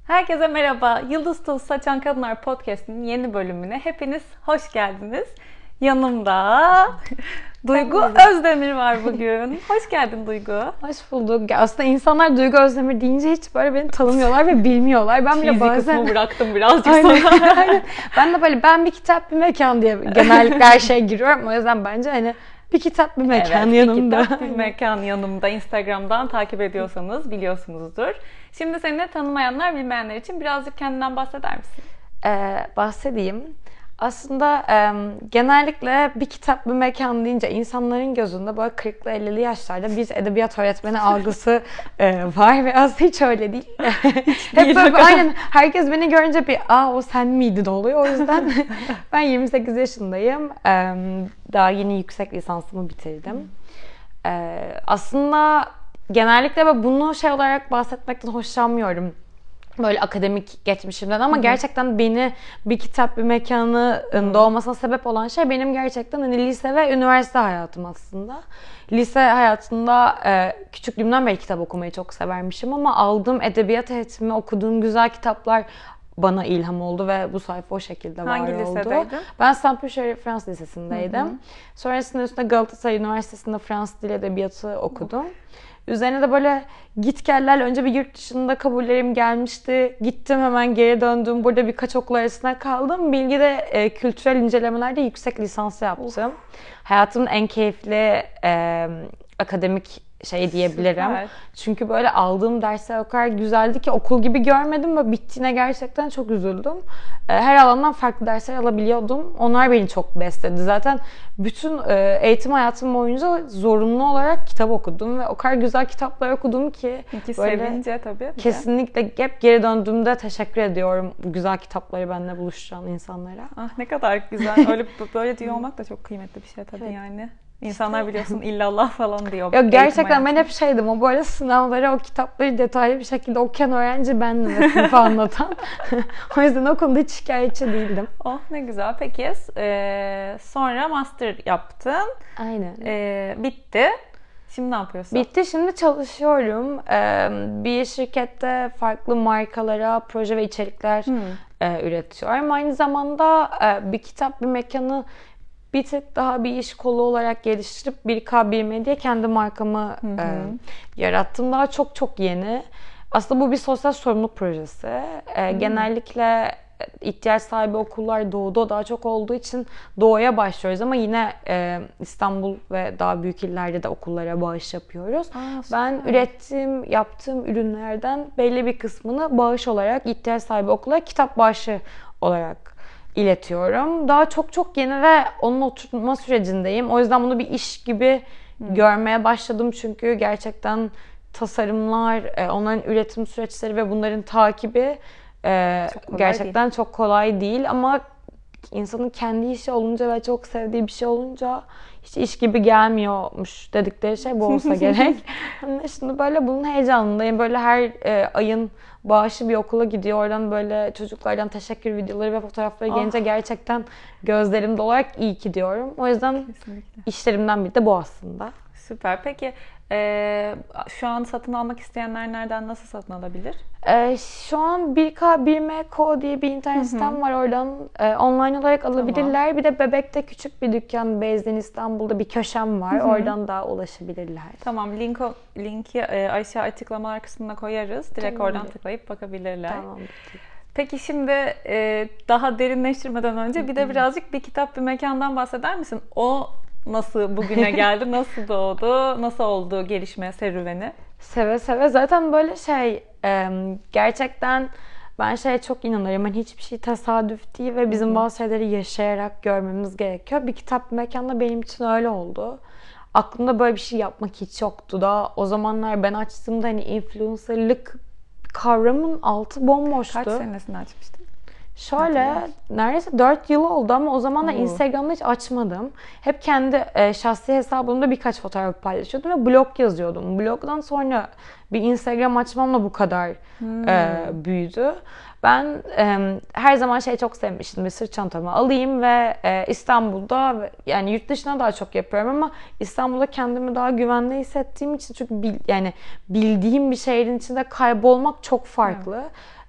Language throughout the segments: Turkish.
Herkese merhaba. Yıldız Toz Saçan Kadınlar Podcast'inin yeni bölümüne hepiniz hoş geldiniz. Yanımda Duygu Özdemir var bugün. Hoş geldin Duygu. Hoş bulduk. Aslında insanlar Duygu Özdemir deyince hiç böyle beni tanımıyorlar ve bilmiyorlar. Ben bile Cheesy bazen... kısmı bıraktım birazcık Aynen. sonra. Aynen. Ben de böyle bir kitap bir mekan diye genellikle her şeye giriyorum. O yüzden bence bir kitap bir mekan yanımda. Bir kitap bir mekan yanımda. Instagram'dan takip ediyorsanız biliyorsunuzdur. Şimdi seni tanımayanlar, bilmeyenler için birazcık kendinden bahseder misin? Bahsedeyim. Aslında genellikle bir kitap bir mekan deyince insanların gözünde böyle 40'lı 50'li yaşlarda bir edebiyat öğretmeni algısı var ve aslında hiç öyle değil. Hep böyle aynen herkes beni görünce o sen miydin oluyor. O yüzden ben 28 yaşındayım. Daha yeni yüksek lisansımı bitirdim. Aslında genellikle ben bunu olarak bahsetmekten hoşlanmıyorum. Böyle akademik geçmişimden ama gerçekten beni bir kitap bir mekanın doğmasına sebep olan şey benim gerçekten lise ve üniversite hayatım aslında. Lise hayatında küçüklüğümden beri kitap okumayı çok severmişim ama aldığım edebiyat eğitimi, okuduğum güzel kitaplar bana ilham oldu ve bu sayfa o şekilde var oldu. Hangi lisedeydin? Ben Saint-Paul Fransız Lisesi'ndeydim. Sonrasında üstüne Galatasaray Üniversitesi'nde Fransız Dil Edebiyatı okudum. Üzerine de böyle gitgellerle önce bir yurt dışında kabullerim gelmişti. Gittim hemen geri döndüm. Burada birkaç okul arasında kaldım. Bilgi'de kültürel incelemelerde yüksek lisans yaptım. Hayatımın en keyifli akademik diyebilirim. Süper. Çünkü böyle aldığım dersler o kadar güzeldi ki okul gibi görmedim ve bittiğine gerçekten çok üzüldüm. Her alandan farklı dersler alabiliyordum. Onlar beni çok besledi. Zaten bütün eğitim hayatım boyunca zorunlu olarak kitap okudum ve o kadar güzel kitaplar okudum ki Sevince tabii. Kesinlikle hep geri döndüğümde teşekkür ediyorum güzel kitapları benimle buluşturan insanlara. Ah ne kadar güzel. Öyle böyle diyor olmak da çok kıymetli bir şey tabii Evet. Yani. İnsanlar biliyorsun illallah falan diyor. Ya gerçekten ben hep o böyle sınavlara o kitapları detaylı bir şekilde okuyan öğrenci bendim ve sınıfa anlatan. O yüzden o konuda hiç şikayetçi değildim. Oh ne güzel. Peki sonra master yaptın. Aynen. Bitti. Şimdi ne yapıyorsun? Bitti. Şimdi çalışıyorum. Bir şirkette farklı markalara proje ve içerikler üretiyorum. Aynı zamanda bir kitap bir mekanı bir tık daha bir iş kolu olarak geliştirip 1K1M diye kendi markamı yarattım. Daha çok yeni. Aslında bu bir sosyal sorumluluk projesi. Genellikle ihtiyaç sahibi okullar doğuda daha çok olduğu için doğuya başlıyoruz ama yine İstanbul ve daha büyük illerde de okullara bağış yapıyoruz. Ben yaptığım ürünlerden belli bir kısmını bağış olarak ihtiyaç sahibi okullara kitap bağışı olarak iletiyorum. Daha çok yeni ve onun oturma sürecindeyim. O yüzden bunu bir iş gibi görmeye başladım çünkü gerçekten tasarımlar, onların üretim süreçleri ve bunların takibi gerçekten çok kolay değil ama insanın kendi işi olunca ve çok sevdiği bir şey olunca hiç iş gibi gelmiyormuş dedikleri şey bu olsa gerek. Şimdi böyle bunun heyecanındayım. Böyle her ayın bağışı bir okula gidiyor. Oradan böyle çocuklardan teşekkür videoları ve fotoğrafları gelince gerçekten gözlerim dolarak iyi ki diyorum. O yüzden işlerimden biri de bu aslında. Süper. Peki şu an satın almak isteyenler nereden nasıl satın alabilir? Şu an 1K1M diye bir internet sitem var. Oradan online olarak alabilirler. Tamam. Bir de Bebek'te küçük bir dükkan Bezden İstanbul'da bir köşem var. Oradan da ulaşabilirler. Tamam. Linki aşağı açıklamalar kısmına koyarız. Direkt oradan tıklayıp bakabilirler. Tamam. Peki şimdi daha derinleştirmeden önce bir de birazcık bir kitap bir mekandan bahseder misin? O nasıl bugüne geldi? Nasıl doğdu? Nasıl oldu gelişme serüveni? Seve seve. Zaten böyle gerçekten ben çok inanırım. Hani hiçbir şey tesadüf değil ve bizim bazı şeyleri yaşayarak görmemiz gerekiyor. Bir kitap bir mekanda benim için öyle oldu. Aklımda böyle bir şey yapmak hiç yoktu da. O zamanlar ben açtığımda influencerlık kavramın altı bomboştu. Kaç senesinde açmıştın? Neredeyse 4 yıl oldu ama o zamanlar Instagram'da hiç açmadım. Hep kendi şahsi hesabımda birkaç fotoğraf paylaşıyordum ve blog yazıyordum. Blogdan sonra bir Instagram açmamla bu kadar büyüdü. Ben her zaman çok sevmiştim. Bir sırt çantamı alayım ve İstanbul'da yani yurt dışına daha çok yapıyorum ama İstanbul'da kendimi daha güvende hissettiğim için çünkü bildiğim bir şehrin içinde kaybolmak çok farklı.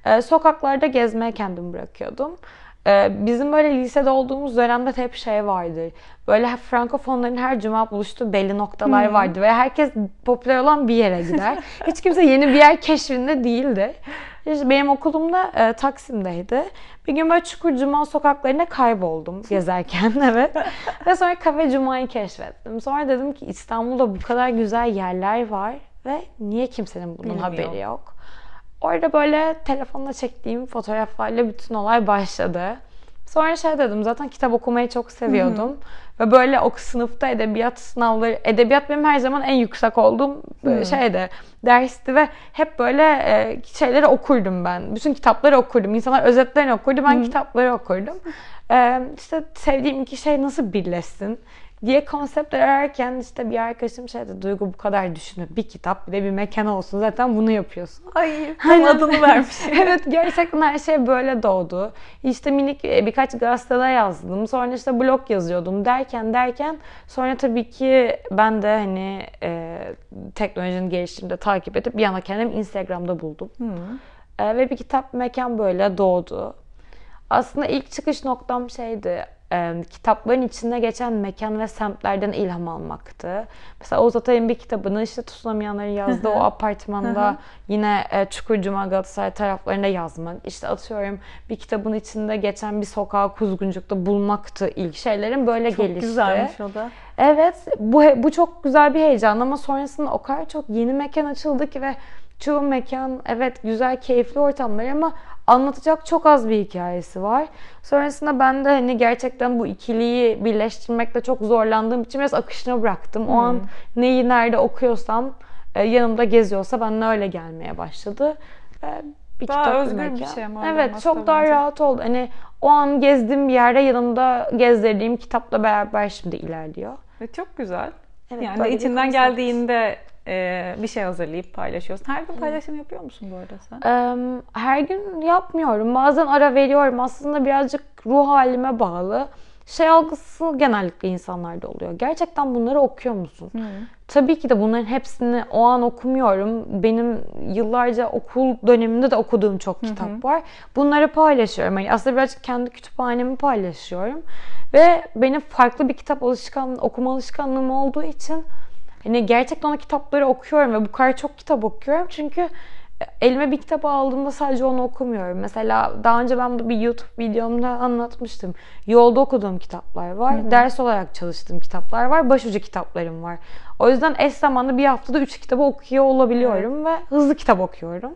Sokaklarda gezmeye kendimi bırakıyordum. Bizim böyle lisede olduğumuz dönemde hep şey vardır. Böyle Frankofonların her cuma buluştuğu belli noktalar vardı ve herkes popüler olan bir yere gider. Hiç kimse yeni bir yer keşfinde değildi. İşte benim okulum da Taksim'deydi. Bir gün böyle Çukur Cuma sokaklarında kayboldum gezerken, evet. Ve sonra Kafe Cuma'yı keşfettim. Sonra dedim ki İstanbul'da bu kadar güzel yerler var ve niye kimsenin bunun haberi yok? Orada böyle telefonla çektiğim fotoğraflarla bütün olay başladı. Sonra şey dedim, zaten kitap okumayı çok seviyordum. Ve böyle sınıfta edebiyat sınavları, edebiyat benim her zaman en yüksek olduğum şeydi, dersti ve hep böyle şeyleri okurdum ben. Bütün kitapları okurdum. İnsanlar özetlerini okurdu, ben kitapları okurdum. İşte sevdiğim iki şey nasıl birleşsin diye konseptler ararken işte bir arkadaşım şey dedi, Duygu bu kadar düşünüyor. Bir kitap bir de bir mekan olsun, zaten bunu yapıyorsun. Ay tam adını vermiş. Evet, gerçekten her şey böyle doğdu. İşte minik birkaç gazetede yazdım. Sonra işte blog yazıyordum derken sonra tabii ki ben de hani teknolojinin gelişimini de takip edip bir anda kendimi Instagram'da buldum. Ve bir kitap bir mekan böyle doğdu. Aslında ilk çıkış noktam şeydi, kitapların içinde geçen mekan ve semtlerden ilham almaktı. Mesela Oğuz Atay'ın bir kitabını işte tutunamayanların yazdığı o apartmanda yine Çukurcuma Galatasaray taraflarında yazmak. İşte atıyorum bir kitabın içinde geçen bir sokağı Kuzguncuk'ta bulmaktı ilk şeylerin böyle çok gelişti. Çok güzelmiş o da. Evet, bu çok güzel bir heyecan ama sonrasında o kadar çok yeni mekan açıldı ki ve çoğu mekan evet güzel, keyifli ortamlar ama anlatacak çok az bir hikayesi var. Sonrasında ben de hani gerçekten bu ikiliyi birleştirmekte çok zorlandığım için biraz akışına bıraktım. O an neyi nerede okuyorsam yanımda geziyorsa bana öyle gelmeye başladı. Bir daha kitap, özgür bir şey ama. Evet, çok daha rahat oldu. Hani o an gezdiğim bir yerde yanımda gezdirdiğim kitapla beraber şimdi ilerliyor. Ve çok güzel. Evet, yani içinden geldiğinde bir şey hazırlayıp paylaşıyorsun. Her gün paylaşım yapıyor musun bu arada sen? Her gün yapmıyorum. Bazen ara veriyorum. Aslında birazcık ruh halime bağlı. Şey algısı genellikle insanlarda oluyor. Gerçekten bunları okuyor musun? Tabii ki de bunların hepsini o an okumuyorum. Benim yıllarca okul döneminde de okuduğum çok kitap var. Bunları paylaşıyorum. Yani aslında birazcık kendi kütüphanemi paylaşıyorum. Ve benim farklı bir kitap okuma alışkanlığım olduğu için hani gerçekten o kitapları okuyorum ve bu kadar çok kitap okuyorum. Çünkü elime bir kitap aldığımda sadece onu okumuyorum. Mesela daha önce ben de bir YouTube videomda anlatmıştım. Yolda okuduğum kitaplar var. Ders olarak çalıştığım kitaplar var. Başucu kitaplarım var. O yüzden eş zamanlı bir haftada 3 kitabı okuyor olabiliyorum ve hızlı kitap okuyorum.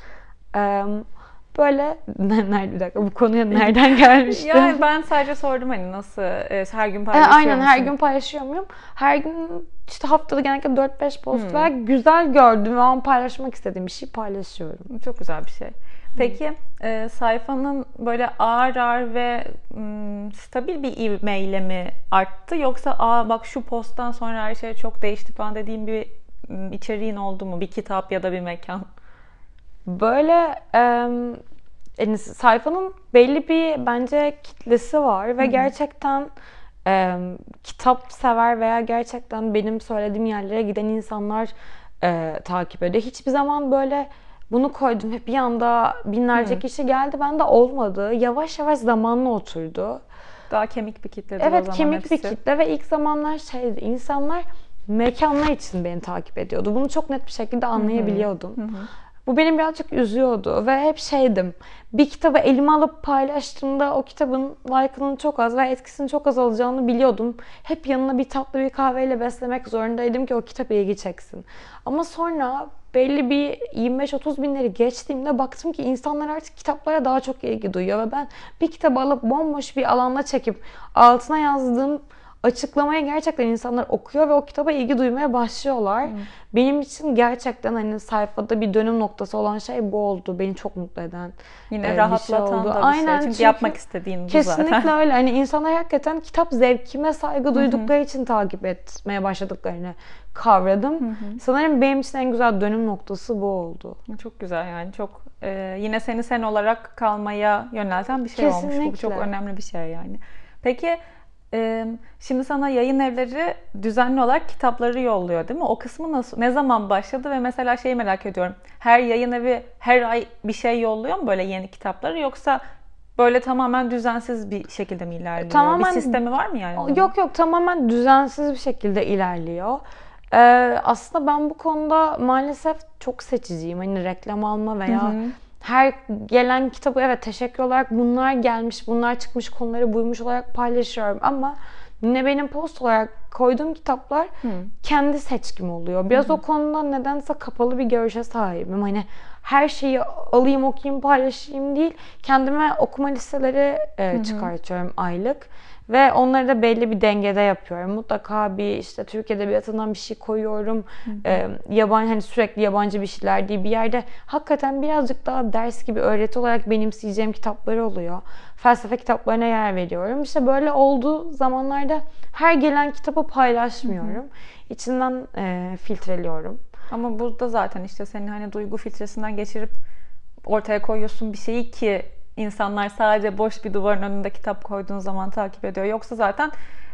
Böyle bir dakika, bu konuya nereden gelmiştim? Yani ben sadece sordum hani nasıl her gün paylaşıyor Aynen musun? her gün paylaşıyor muyum? Her gün işte haftada genellikle 4-5 post ve güzel gördüğüm ve an paylaşmak istediğim bir şey paylaşıyorum. Çok güzel bir şey. Peki sayfanın böyle ağır ve stabil bir ivmeyle mi arttı yoksa bak şu posttan sonra her şey çok değişti falan dediğim bir içeriğin oldu mu? Bir kitap ya da bir mekan? Böyle yani sayfanın belli bir bence kitlesi var ve gerçekten kitap sever veya gerçekten benim söylediğim yerlere giden insanlar takip ediyor. Hiçbir zaman böyle bunu koydum hep bir anda binlerce kişi geldi. Bende olmadı. Yavaş yavaş zamanla oturdu. Daha kemik bir kitledir evet, o zaman kemik hepsi. bir kitle ve ilk zamanlar şeydi, insanlar mekanlar için beni takip ediyordu. Bunu çok net bir şekilde anlayabiliyordum. Bu beni birazcık üzüyordu ve hep şeydim. Bir kitabı elime alıp paylaştığımda o kitabın like'ının çok az ve etkisinin çok az olacağını biliyordum. Hep yanına bir tatlı bir kahveyle beslemek zorundaydım ki o kitap ilgi çeksin. Ama sonra belli bir 25-30 binleri geçtiğimde baktım ki insanlar artık kitaplara daha çok ilgi duyuyor ve ben bir kitabı alıp bomboş bir alanda çekip altına yazdığım açıklamayı gerçekten insanlar okuyor ve o kitaba ilgi duymaya başlıyorlar. Benim için gerçekten hani sayfada bir dönüm noktası olan şey bu oldu. Beni çok mutlu eden yine rahatlatan şey oldu. da bir Aynen, şey. Çünkü yapmak istediğin bu kesinlikle zaten. Kesinlikle öyle. Hani insanlar hakikaten kitap zevkime saygı duydukları için takip etmeye başladıklarını kavradım. Sanırım benim için en güzel dönüm noktası bu oldu. Çok güzel yani. Çok yine seni sen olarak kalmaya yönelten bir şey Kesinlikle olmuş. Bu çok önemli bir şey yani. Peki Şimdi sana yayın evleri düzenli olarak kitapları yolluyor değil mi? O kısmı nasıl, ne zaman başladı ve mesela şeyi merak ediyorum. Her yayın evi her ay bir şey yolluyor mu böyle yeni kitapları, yoksa böyle tamamen düzensiz bir şekilde mi ilerliyor? Tamamen, bir sistemi var mı yani? Yok tamamen düzensiz bir şekilde ilerliyor. Aslında ben bu konuda maalesef çok seçiciyim. Hani reklam alma veya her gelen kitabı evet teşekkür olarak bunlar gelmiş, bunlar çıkmış, konuları buymuş olarak paylaşıyorum ama yine benim post olarak koyduğum kitaplar kendi seçkim oluyor. Biraz o konuda nedense kapalı bir görüşe sahibim. Hani her şeyi alayım, okuyayım, paylaşayım değil. Kendime okuma listeleri çıkartıyorum aylık. Ve onları da belli bir dengede yapıyorum. Mutlaka bir işte Türk Edebiyatı'ndan bir şey koyuyorum. Yabancı, hani sürekli yabancı bir şeyler değil. Bir yerde hakikaten birazcık daha ders gibi öğreti olarak benimseyeceğim kitapları oluyor. Felsefe kitaplarına yer veriyorum. İşte böyle olduğu zamanlarda her gelen kitabı paylaşmıyorum. İçinden filtreliyorum. Ama burada zaten işte senin hani duygu filtresinden geçirip ortaya koyuyorsun bir şeyi ki insanlar sadece boş bir duvarın önünde kitap koyduğun zaman takip ediyor. Yoksa zaten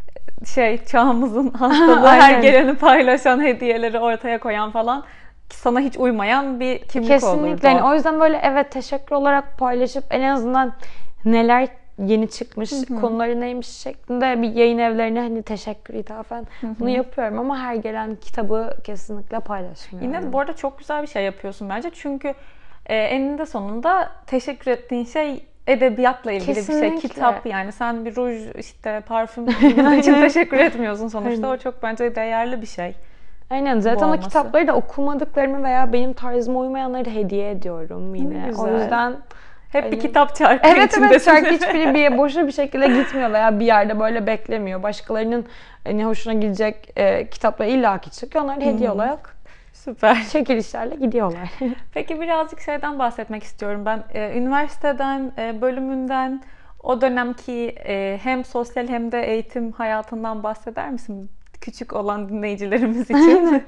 çağımızın hastalığı her geleni paylaşan, hediyeleri ortaya koyan falan, sana hiç uymayan bir kimlik olurdu. Kesinlikle. Yani o yüzden böyle evet teşekkür olarak paylaşıp en azından neler yeni çıkmış, konuları neymiş şeklinde bir yayın evlerine hani teşekkür ithafen bunu yapıyorum ama her gelen kitabı kesinlikle paylaşmıyorum. Yine bu arada çok güzel bir şey yapıyorsun bence. Çünkü eninde sonunda teşekkür ettiğin şey edebiyatla ilgili kesinlikle bir şey. Kitap yani. Sen bir ruj, işte parfüm için teşekkür etmiyorsun sonuçta. O çok bence değerli bir şey. Aynen. Zaten o kitapları da okumadıklarımı veya benim tarzıma uymayanları da hediye ediyorum yine. O yüzden hep bir kitap çarkı içindesin. Evet çarkı hiçbiri boşa bir şekilde gitmiyor veya bir yerde böyle beklemiyor. Başkalarının hani hoşuna gidecek kitaplar illaki çıkıyor. Onları hediye olarak süper çekilişlerle gidiyorlar. Peki birazcık şeyden bahsetmek istiyorum ben. Üniversiteden, bölümünden, o dönemki hem sosyal hem de eğitim hayatından bahseder misin? Küçük olan dinleyicilerimiz için.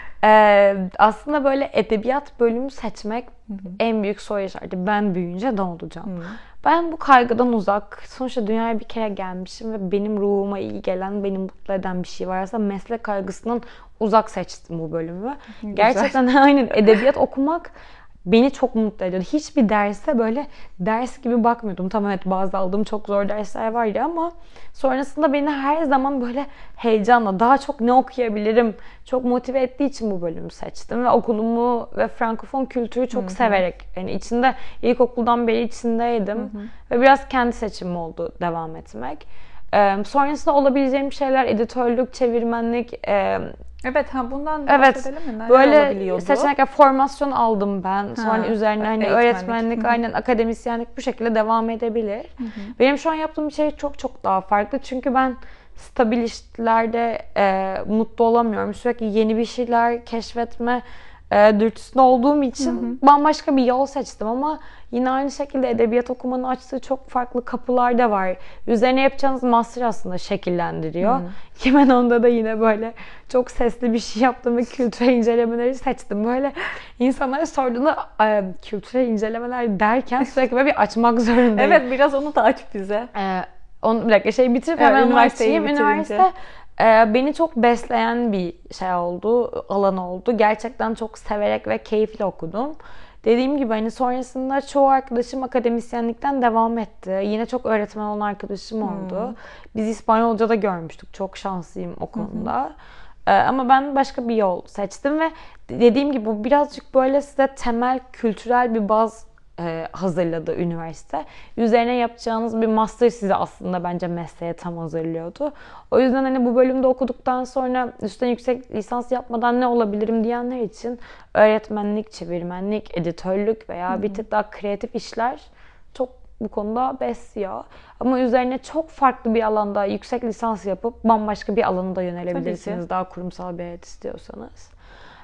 Aslında böyle edebiyat bölümü seçmek en büyük soru işareti. Ben büyüyünce ne olacağım? Ben bu kaygıdan uzak, sonuçta dünyaya bir kere gelmişim ve benim ruhuma iyi gelen, beni mutlu eden bir şey varsa meslek kaygısından uzak seçtim bu bölümü. Gerçekten aynen edebiyat okumak beni çok mutlu ediyordu. Hiçbir derse böyle ders gibi bakmıyordum. Tamam evet bazı aldığım çok zor dersler vardı ama sonrasında beni her zaman böyle heyecanla daha çok ne okuyabilirim çok motive ettiği için bu bölümü seçtim ve okulumu ve Frankofon kültürü çok severek yani içinde ilkokuldan beri içindeydim ve biraz kendi seçimim oldu devam etmek. Sonrasında olabileceğim şeyler editörlük, çevirmenlik. Evet, bundan bahsedelim mi? Neler böyle seçenekler, formasyon aldım ben. Sonra üzerine hani öğretmenlik, aynen akademisyenlik bu şekilde devam edebilir. Benim şu an yaptığım şey çok çok daha farklı. Çünkü ben stabil işlerde mutlu olamıyorum. Sürekli yeni bir şeyler keşfetme dürtüsünde olduğum için bambaşka bir yol seçtim ama yine aynı şekilde edebiyat okumanın açtığı çok farklı kapılar da var. Üzerine yapacağınız master aslında şekillendiriyor. 2010'da da yine böyle çok sesli bir şey yaptım ve kültürel incelemeleri seçtim. Böyle insanlara sorduğunda kültürel incelemeler derken sürekli böyle bir açmak zorundayım. Evet, biraz onu da aç bize. Bir dakika bitirip hemen açayım. Üniversite beni çok besleyen bir şey oldu, alan oldu. Gerçekten çok severek ve keyifle okudum. Dediğim gibi hani sonrasında çoğu arkadaşım akademisyenlikten devam etti. Yine çok öğretmen olan arkadaşım oldu. Biz İspanyolca da görmüştük. Çok şanslıyım o konuda. Ama ben başka bir yol seçtim ve dediğim gibi bu birazcık böyle size temel kültürel bir baz hazırladı üniversite. Üzerine yapacağınız bir master sizi aslında bence mesleğe tam hazırlıyordu. O yüzden hani bu bölümde okuduktan sonra üstten yüksek lisans yapmadan ne olabilirim diyenler için öğretmenlik, çevirmenlik, editörlük veya bir tık daha kreatif işler çok bu konuda besliyor. Ama üzerine çok farklı bir alanda yüksek lisans yapıp bambaşka bir alana da yönelebilirsiniz. Daha kurumsal bir hayat istiyorsanız.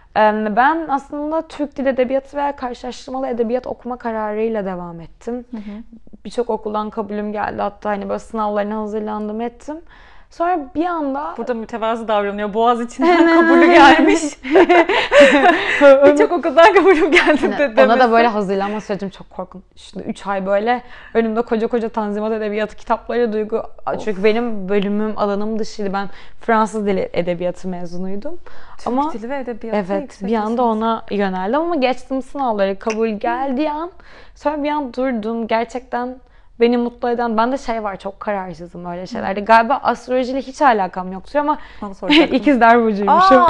Ben aslında Türk Dil Edebiyatı veya karşılaştırmalı edebiyat okuma kararıyla devam ettim. Birçok okuldan kabulüm geldi. Hatta hani böyle sınavlarına hazırlandım ettim. Sonra bir anda... Burada mütevazı davranıyor. Boğaziçi'nden kabulü gelmiş. Birçok okuldan kabulüm geldi dedi. Ona da böyle hazırlanma sürecim çok korkunç. Şimdi 3 ay böyle önümde koca koca Tanzimat Edebiyatı kitapları, duygu... Çünkü benim bölümüm, alanım dışıydı. Ben Fransız Dili Edebiyatı mezunuydum. Türk Dili ve Edebiyatı. Evet, bir anda ona yöneldim ama geçtim sınavları, kabul geldiği an. Sonra bir an durdum. Gerçekten beni mutlu eden, ben de şey var, çok kararsızım öyle şeylerde. Galiba astrolojiyle hiç alakam yoktur ama ikizler burcuymuşum.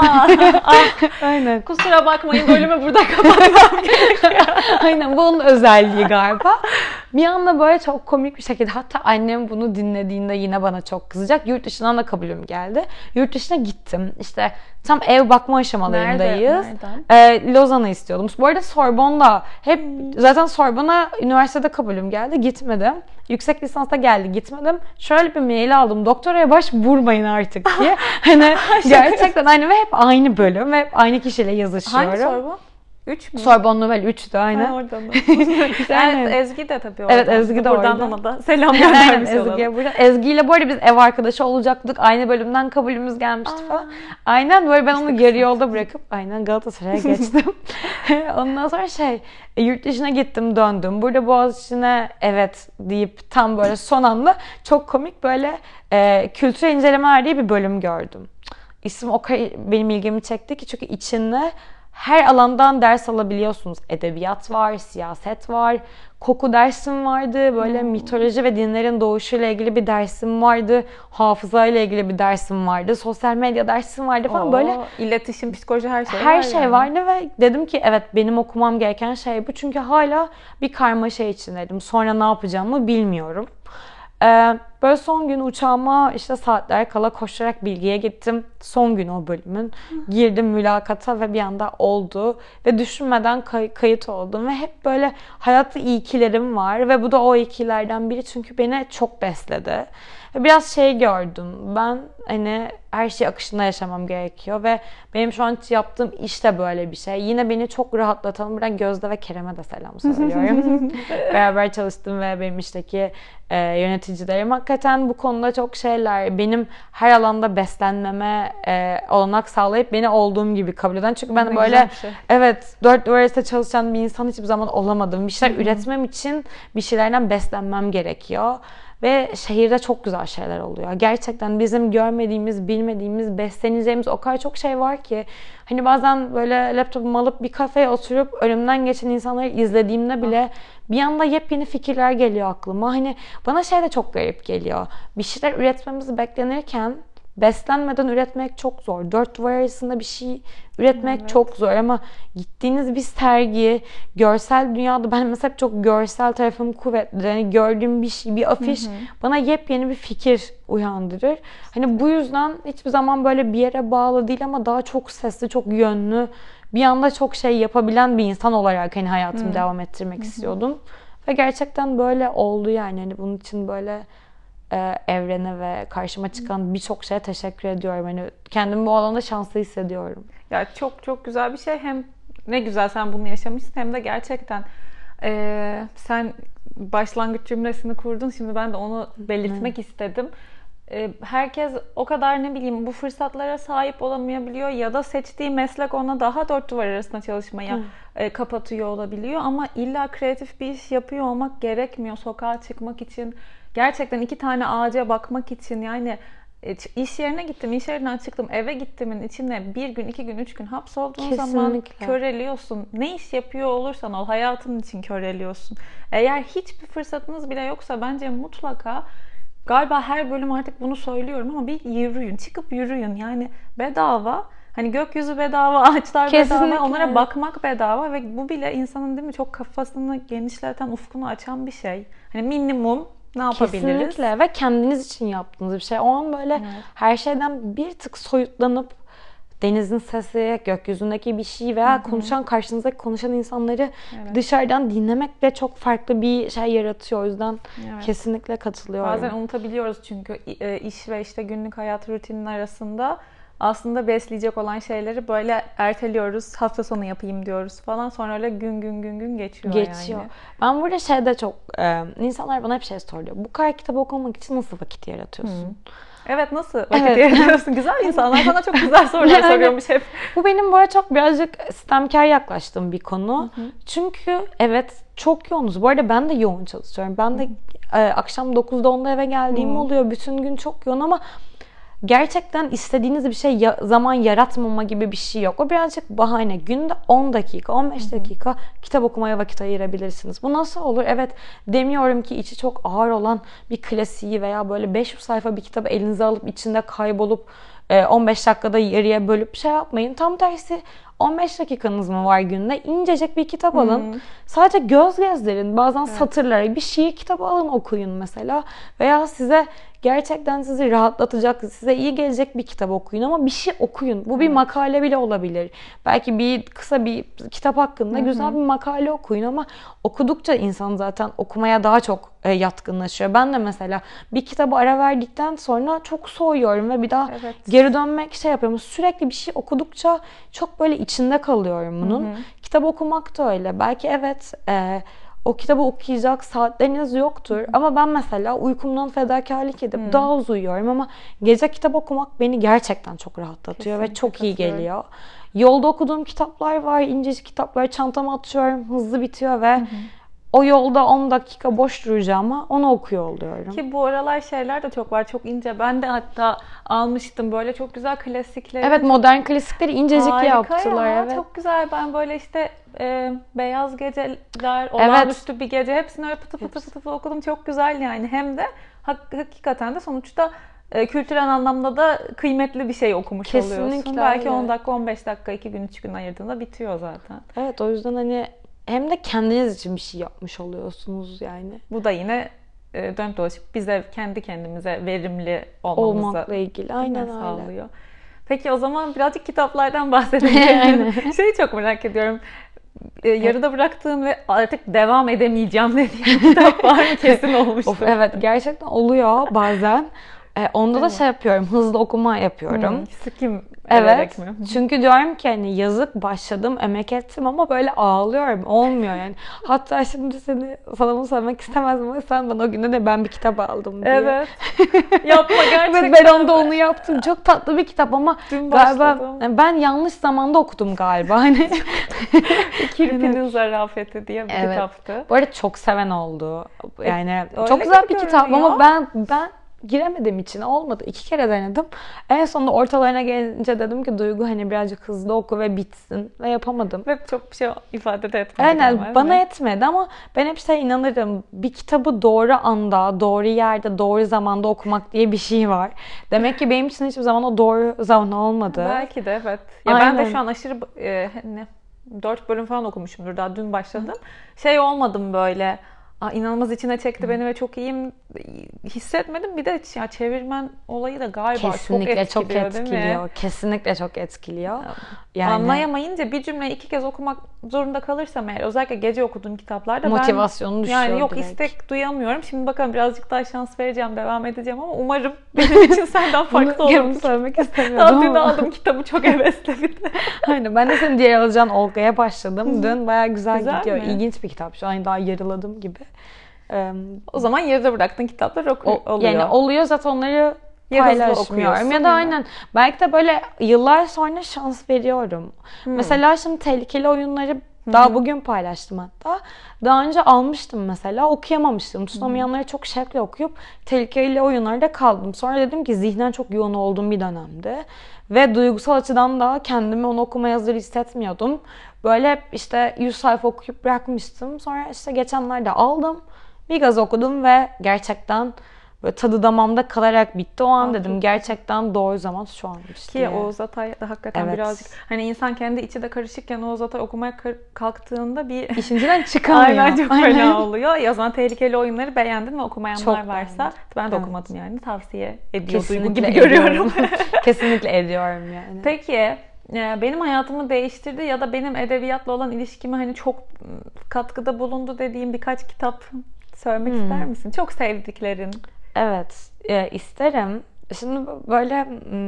Aynen. Kusura bakmayın, bölümü burada kapatmam gerekiyor. Aynen, bu onun özelliği galiba. Bir anda böyle çok komik bir şekilde, hatta annem bunu dinlediğinde yine bana çok kızacak. Yurt dışından da kabulüm geldi. Yurt dışına gittim. İşte tam ev bakma aşamalarındayız. Lozan'ı istiyordum. Bu arada Sorbonne'da hep zaten Sorbonne'a üniversitede kabulüm geldi. Gitmedim. Yüksek lisansta geldi. Gitmedim. Şöyle bir mail aldım. Doktoraya vurmayın artık diye. Hani gerçekten aynı ve hep aynı bölüm ve hep aynı kişiyle yazışıyorum. Hangi Sorbonne? 3 mü? Sorbonne Nouvelle 3'tü aynen. Ha, oradan da. Evet, Ezgi de tabii orada. Evet, Ezgi de buradan orada. ona da selam göndermiş olalım. Ezgi ile bu arada biz ev arkadaşı olacaktık. Aynı bölümden kabulümüz gelmişti falan. Aynen, böyle ben onu yarı yolda bırakıp aynen Galatasaray'a geçtim. Ondan sonra yurt dışına gittim, döndüm. Burada Boğaziçi'ne evet deyip tam böyle son anda çok komik böyle kültür incelemeler diye bir bölüm gördüm. İsim o kadar benim ilgimi çekti ki, çünkü içinde her alandan ders alabiliyorsunuz. Edebiyat var, siyaset var, koku dersim vardı, böyle mitoloji ve dinlerin doğuşuyla ilgili bir dersim vardı, hafızayla ilgili bir dersim vardı, sosyal medya dersim vardı falan, böyle iletişim, psikoloji, her şey her şey vardı ve dedim ki evet, benim okumam gereken şey bu, çünkü hala bir karmaşa içindeydim. Sonra ne yapacağımı bilmiyorum. Böyle son gün uçağıma işte saatler kala koşarak Bilgi'ye gittim. Son gün o bölümün. Girdim mülakata ve bir anda oldu. Ve düşünmeden kayıt oldum. Ve hep böyle hayatta ikilerim var. Ve bu da o ikilerden biri, çünkü beni çok besledi. Ve biraz gördüm. Ben hani her şey akışında yaşamam gerekiyor. Ve benim şu an yaptığım iş de böyle bir şey. Yine beni çok rahatlatan, buradan Gözde ve Kerem'e de selam söylüyorum. Beraber çalıştım ve benim işteki yöneticilerim hakikaten bu konuda çok şeyler. Benim her alanda beslenmeme olanak sağlayıp beni olduğum gibi kabul eden. Çünkü ben böyle evet, 4 duvar arasında çalışan bir insan hiçbir zaman olamadım. Bir şeyler üretmem için bir şeylerden beslenmem gerekiyor. Ve şehirde çok güzel şeyler oluyor. Gerçekten bizim görmediğimiz, bilmediğimiz, besleneceğimiz o kadar çok şey var ki. Hani bazen böyle laptopumu alıp bir kafeye oturup önümden geçen insanları izlediğimde bile bir anda yepyeni fikirler geliyor aklıma. Hani bana de çok garip geliyor. Bir şeyler üretmemiz beklenirken beslenmeden üretmek çok zor. 4 duvar arasında bir şey üretmek çok zor, ama gittiğiniz bir sergi, görsel dünyada, ben mesela çok görsel tarafım kuvvetli. Yani gördüğüm bir şey, bir afiş bana yepyeni bir fikir uyandırır. Hani bu yüzden hiçbir zaman böyle bir yere bağlı değil, ama daha çok sesli, çok yönlü, bir anda çok şey yapabilen bir insan olarak hani hayatımı devam ettirmek istiyordum. Ve gerçekten böyle oldu yani. Hani bunun için böyle evrene ve karşıma çıkan birçok şeye teşekkür ediyorum. Yani kendimi bu alanda şanslı hissediyorum. Ya çok çok güzel bir şey. Hem ne güzel sen bunu yaşamışsın, hem de gerçekten sen başlangıç cümlesini kurdun. Şimdi ben de onu belirtmek istedim. Herkes o kadar bu fırsatlara sahip olamayabiliyor ya da seçtiği meslek ona daha 4 duvar arasında çalışmaya kapatıyor olabiliyor. Ama illa kreatif bir iş yapıyor olmak gerekmiyor. Sokağa çıkmak için, gerçekten 2 tane ağaca bakmak için, yani iş yerine gittim, iş yerinden çıktım, eve gittimin içine 1 gün, 2 gün, 3 gün hapsolduğun zaman köreliyorsun. Ne iş yapıyor olursan ol, hayatın için köreliyorsun. Eğer hiçbir fırsatınız bile yoksa bence mutlaka, galiba her bölüm artık bunu söylüyorum ama, bir yürüyün, çıkıp yürüyün. Yani bedava. Hani gökyüzü bedava, ağaçlar bedava, onlara bakmak bedava ve bu bile insanın değil mi çok kafasını genişleten, ufkunu açan bir şey. Hani minimum ne yapabiliriz? Kesinlikle, ve kendiniz için yaptığınız bir şey. O an böyle her şeyden bir tık soyutlanıp denizin sesi, gökyüzündeki bir şey veya karşınızdaki konuşan insanları dışarıdan dinlemek de çok farklı bir şey yaratıyor. O yüzden kesinlikle katılıyorum. Bazen unutabiliyoruz çünkü iş ve işte günlük hayat rutininin arasında aslında besleyecek olan şeyleri böyle erteliyoruz. Hafta sonu yapayım diyoruz falan. Sonra öyle gün geçiyor yani. Ben burada çok insanlar bana hep soruyor. Bu kadar kitap okumak için nasıl vakit yaratıyorsun? Evet, nasıl vakit ayırıyorsun? Güzel insanlar sana çok güzel sorular soruyormuş hep. Bu benim böyle çok birazcık sistemkar yaklaştığım bir konu. Çünkü evet çok yoğunuz. Bu arada ben de yoğun çalışıyorum. Ben de akşam 9'da 10'da eve geldiğim oluyor. Bütün gün çok yoğun ama gerçekten istediğiniz bir şey zaman yaratmama gibi bir şey yok. O birazcık bahane. Günde 10 dakika, 15 dakika kitap okumaya vakit ayırabilirsiniz. Bu nasıl olur? Evet, demiyorum ki içi çok ağır olan bir klasiği veya böyle 500 sayfa bir kitabı elinize alıp içinde kaybolup 15 dakikada yarıya bölüp şey yapmayın. Tam tersi 15 dakikanız mı var günde? İncecik bir kitap alın. Sadece göz gezdirin. Bazen satırlara bir şiir kitabı alın, okuyun mesela. Veya gerçekten sizi rahatlatacak, size iyi gelecek bir kitap okuyun ama bir şey okuyun. Bu bir makale bile olabilir. Belki kısa bir kitap hakkında güzel bir makale okuyun ama okudukça insan zaten okumaya daha çok yatkınlaşıyor. Ben de mesela bir kitabı ara verdikten sonra çok soğuyorum ve bir daha geri dönmek yapıyorum. Sürekli bir şey okudukça çok böyle içinde kalıyorum bunun. Kitap okumak da öyle. Belki evet o kitabı okuyacak saatleriniz yoktur. Ama ben mesela uykumdan fedakarlık edip daha az uyuyorum ama gece kitap okumak beni gerçekten çok rahatlatıyor ve çok iyi geliyor. Yolda okuduğum kitaplar var, incecik kitaplar, çantama atıyorum, hızlı bitiyor ve o yolda 10 dakika boş duracağıma onu okuyor oluyorum. Ki bu aralar şeyler de çok var, çok ince. Ben de hatta almıştım böyle çok güzel klasikleri. Evet, modern klasikleri incecik yaptılar. Ya, evet. Çok güzel. Ben böyle işte Beyaz Geceler, Olağanüstü Bir Gece, hepsini öyle pıtı pıtı okudum. Çok güzel yani. Hem de hakikaten de sonuçta kültürel anlamda da kıymetli bir şey okumuş oluyorsun. Belki 10 dakika, 15 dakika, 2 gün, 3 gün ayırdığında bitiyor zaten. Evet, o yüzden hani hem de kendiniz için bir şey yapmış oluyorsunuz yani. Bu da yine dönüp dolaşıp bize kendi kendimize verimli olmamıza ilgili. Aynen öyle. Sağlıyor. Peki o zaman birazcık kitaplardan bahsedelim. Şeyi çok merak ediyorum. Yarıda bıraktığın ve artık devam edemeyeceğim dediğin kitap var mı? Kesin olmuştur. Evet, gerçekten oluyor bazen. Onda da yapıyorum. Hızlı okuma yapıyorum. Sıkım evet. Mi? Çünkü diyorum ki hani yazık, başladım, emek ettim ama böyle ağlıyorum. Olmuyor yani. Hatta şimdi sana bunu söylemek istemezdim ama sen bana o günde de ben bir kitap aldım diye. Evet. Yapma gerçekten. Ben onu yaptım. Çok tatlı bir kitap ama galiba ben yanlış zamanda okudum galiba. Hani Kirpinin Zarafeti diye bir kitaptı. Bu arada çok seven oldu. Yani çok güzel bir kitap ama ben giremedim içine, olmadı. 2 kere denedim. En sonunda ortalarına gelince dedim ki Duygu hani birazcık hızlı oku ve bitsin. Ve yapamadım. Ve çok bir şey ifade de etmedi. Aynen, bana etmedi ama ben hep inanırım. Bir kitabı doğru anda, doğru yerde, doğru zamanda okumak diye bir şey var. Demek ki benim için hiçbir zaman o doğru zaman olmadı. Belki de evet. Ya ben de şu an aşırı 4 bölüm falan okumuşumdur. Daha dün başladım. Olmadım böyle. İnanılmaz içine çekti beni ve çok iyiyim hissetmedim. Bir de çevirmen olayı da galiba kesinlikle çok etkiliyor. Kesinlikle çok etkiliyor. Yani anlayamayınca bir cümleyi 2 kez okumak zorunda kalırsam eğer, özellikle gece okuduğum kitaplarda motivasyonu düşüyor. Yani yok direkt. İstek duyamıyorum. Şimdi bakalım birazcık daha şans vereceğim, devam edeceğim ama umarım benim için senden farklı olur. Bunu söylemek istemiyordum. Daha dün aldım kitabı, çok hevesle bir de. Aynen, ben de senin diğer alacağın Olga'ya başladım. Dün bayağı güzel gidiyor. Mi? İlginç bir kitap. Şu an daha yarıladım gibi. O zaman yarıda bıraktığın kitaplar oluyor. Yani oluyor zaten, onları paylaşmıyorum. Ya da aynen. Belki de böyle yıllar sonra şans veriyorum. Mesela şimdi tehlikeli oyunları daha bugün paylaştım hatta. Daha önce almıştım mesela, okuyamamıştım. Tutamayanları çok şevkle okuyup tehlikeli oyunlarda kaldım. Sonra dedim ki zihnen çok yoğun olduğum bir dönemdi. Ve duygusal açıdan da kendimi onu okumaya hazır hissetmiyordum. Böyle 100 sayfa okuyup bırakmıştım. Sonra geçenlerde aldım. Bir gaz okudum ve gerçekten böyle tadı damağımda kalarak bitti. O an dedim gerçekten doğru zaman şu anmış diye. Ki Oğuz Atay da hakikaten birazcık hani insan kendi içi de karışıkken Oğuz Atay okumaya kalktığında bir işincinden çıkamıyor. Aynen, çok fena oluyor. Ya o zaman tehlikeli oyunları beğendin ve okumayanlar çok varsa beğendim. Ben de okumadım yani. Tavsiye ediyor Kesinlikle Duygu gibi görüyorum. Kesinlikle ediyorum yani. Peki benim hayatımı değiştirdi ya da benim edebiyatla olan ilişkime hani çok katkıda bulundu dediğim birkaç kitap söylemek ister misin? Çok sevdiklerin. Evet, isterim. Şimdi böyle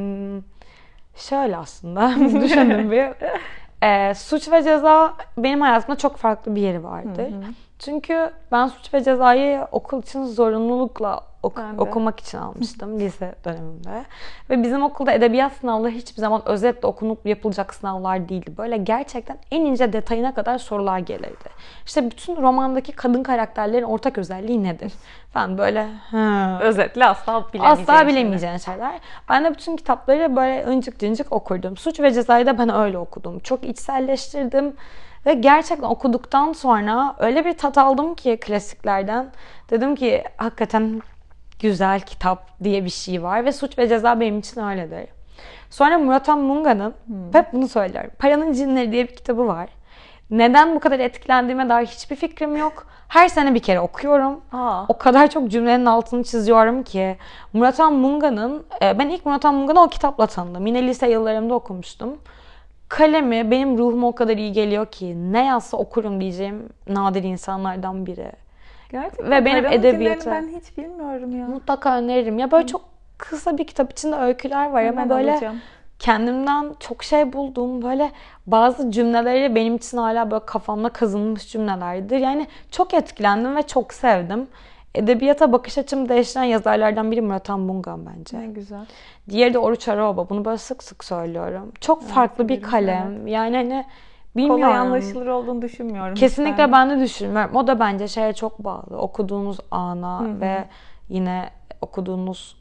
şöyle aslında düşündüm bir. Suç ve Ceza benim hayatımda çok farklı bir yeri vardır. Çünkü ben Suç ve Ceza'yı okul için zorunlulukla Ben de. okumak için almıştım lise dönemimde. Ve bizim okulda edebiyat sınavları hiçbir zaman özetle okunup yapılacak sınavlar değildi. Böyle gerçekten en ince detayına kadar sorular gelirdi. İşte bütün romandaki kadın karakterlerin ortak özelliği nedir? Falan böyle özetle asla bilemeyeceğin şeyler. Ben de bütün kitapları böyle ıncık cıncık okurdum. Suç ve Ceza'yı da ben öyle okudum. Çok içselleştirdim. Ve gerçekten okuduktan sonra öyle bir tat aldım ki klasiklerden. Dedim ki hakikaten güzel kitap diye bir şey var. Ve Suç ve Ceza benim için öyledir. Sonra Murat Munga'nın, hep bunu söylüyorum, Paranın Cinleri diye bir kitabı var. Neden bu kadar etkilendiğime dair hiçbir fikrim yok. Her sene bir kere okuyorum. O kadar çok cümlenin altını çiziyorum ki. Murat Munga'nın, ben ilk Murat Munga'nı o kitapla tanıdım. Yine lise yıllarımda okumuştum. Kalemi benim ruhuma o kadar iyi geliyor ki ne yazsa okurum diyeceğim nadir insanlardan biri. Gerçekten. Ve benim edebiyatı ben hiç bilmiyorum ya. Mutlaka öneririm. Ya böyle çok kısa bir kitap, içinde öyküler var ama böyle alacağım. Kendimden çok şey buldum. Böyle bazı cümleleri benim için hala böyle kafamda kazınmış cümlelerdir. Yani çok etkilendim ve çok sevdim. Edebiyata bakış açımı değiştiren yazarlardan biri Murat Mungan bence. Ne güzel. Diğeri de Oruç Araoba. Bunu böyle sık sık söylüyorum. Çok farklı bir kalem. Evet. Yani hani bilmiyorum. Kolay anlaşılır olduğunu düşünmüyorum. Kesinlikle ben de düşünmüyorum. O da bence şeye çok bağlı. Okuduğunuz ana ve yine okuduğunuz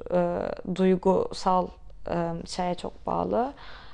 duygusal şeye çok bağlı.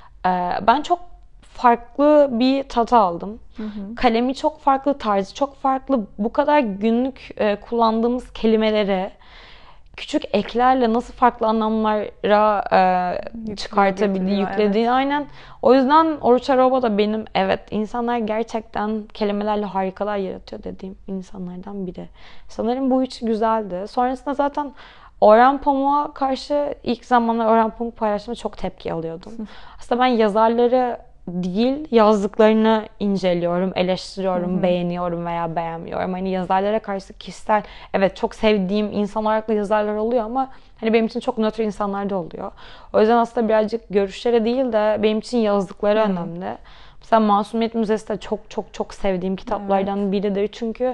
Ben çok farklı bir tat aldım. Kalemi çok farklı, tarzı çok farklı. Bu kadar günlük kullandığımız kelimeleri küçük eklerle nasıl farklı anlamlara çıkartabildiği, yüklediği. Evet. Aynen. O yüzden Oruç Araoba da benim insanlar gerçekten kelimelerle harikalar yaratıyor dediğim insanlardan biri. Sanırım bu üç güzeldi. Sonrasında zaten Orhan Pamuk'a karşı ilk zamanlar Orhan Pamuk paylaştığımda çok tepki alıyordum. Aslında ben yazarları değil, yazdıklarını inceliyorum, eleştiriyorum, beğeniyorum veya beğenmiyorum. Hani yazarlara karşı kişisel, evet çok sevdiğim insan olarak da yazarlar oluyor ama hani benim için çok nötr insanlar da oluyor. O yüzden aslında birazcık görüşlere değil de benim için yazdıkları önemli. Mesela Masumiyet Müzesi de çok çok çok sevdiğim kitaplardan biridir. Çünkü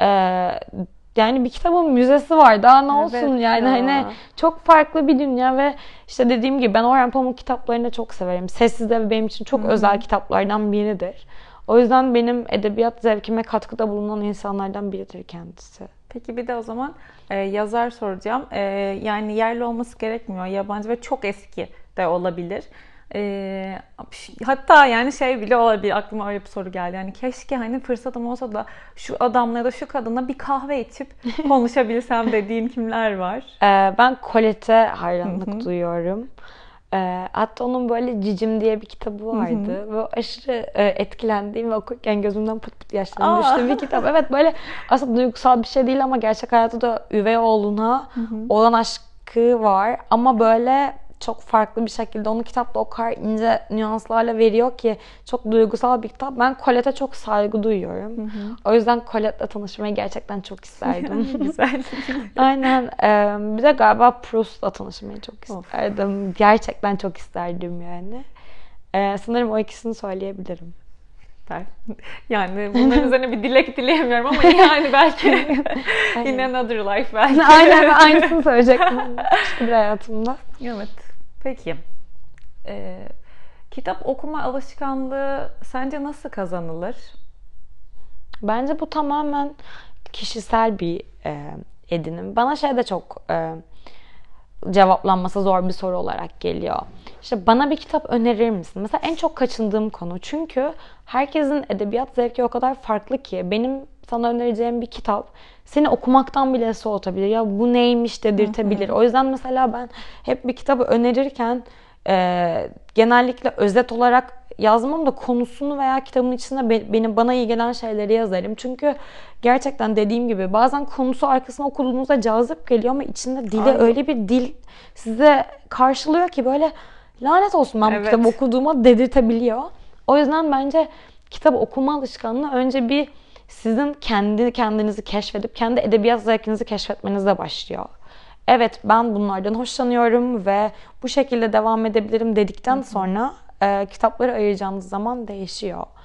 yani bir kitabın müzesi var. Daha ne olsun yani hani çok farklı bir dünya ve işte dediğim gibi ben Orhan Pamuk kitaplarını çok severim. Sessiz Ev benim için çok özel kitaplardan biridir. O yüzden benim edebiyat zevkime katkıda bulunan insanlardan biridir kendisi. Peki bir de o zaman yazar soracağım. Yani yerli olması gerekmiyor. Yabancı ve çok eski de olabilir. Hatta yani şey bile olabilir, aklıma öyle bir soru geldi. Yani keşke hani fırsatım olsa da şu adamla ya da şu kadınla bir kahve içip konuşabilsem dediğin kimler var? Ben Colette'e hayranlık duyuyorum. Hatta onun böyle Cicim diye bir kitabı vardı. Ve aşırı etkilendiğim ve okurken gözümden pıt pıt yaşlarım düştüğü bir kitap. Evet, böyle aslında duygusal bir şey değil ama gerçek hayatta da üvey oğluna olan aşkı var. Ama böyle çok farklı bir şekilde onu kitapta o kadar ince nüanslarla veriyor ki çok duygusal bir kitap. Ben Colette'e çok saygı duyuyorum. O yüzden Colette'le tanışmayı gerçekten çok isterdim. Güzel. Aynen. Bir de galiba Proust'la tanışmayı çok isterdim. Gerçekten çok isterdim yani. Sanırım o ikisini söyleyebilirim. Yani bunların üzerine bir dilek dileyemiyorum ama yani belki in another life belki. Aynen, aynısını söyleyecektim. Başka bir hayatımda. Evet. Peki. Kitap okuma alışkanlığı sence nasıl kazanılır? Bence bu tamamen kişisel bir edinim. Bana şey de çok cevaplanması zor bir soru olarak geliyor. İşte bana bir kitap önerir misin? Mesela en çok kaçındığım konu. Çünkü herkesin edebiyat zevki o kadar farklı ki benim sana önereceğim bir kitap seni okumaktan bile soğutabilir. Ya bu neymiş dedirtebilir. O yüzden mesela ben hep bir kitabı önerirken genellikle özet olarak yazmam da konusunu veya kitabın içinde bana iyi gelen şeyleri yazarım. Çünkü gerçekten dediğim gibi bazen konusu arkasına okuduğunuzda cazip geliyor ama içinde dili öyle bir dil size karşılıyor ki böyle lanet olsun ben bu kitabı okuduğuma dedirtebiliyor. O yüzden bence kitap okuma alışkanlığı önce bir sizin kendi kendinizi keşfedip kendi edebiyat zevkinizi keşfetmenizle başlıyor. Evet, ben bunlardan hoşlanıyorum ve bu şekilde devam edebilirim dedikten sonra kitapları ayıracağınız zaman değişiyor.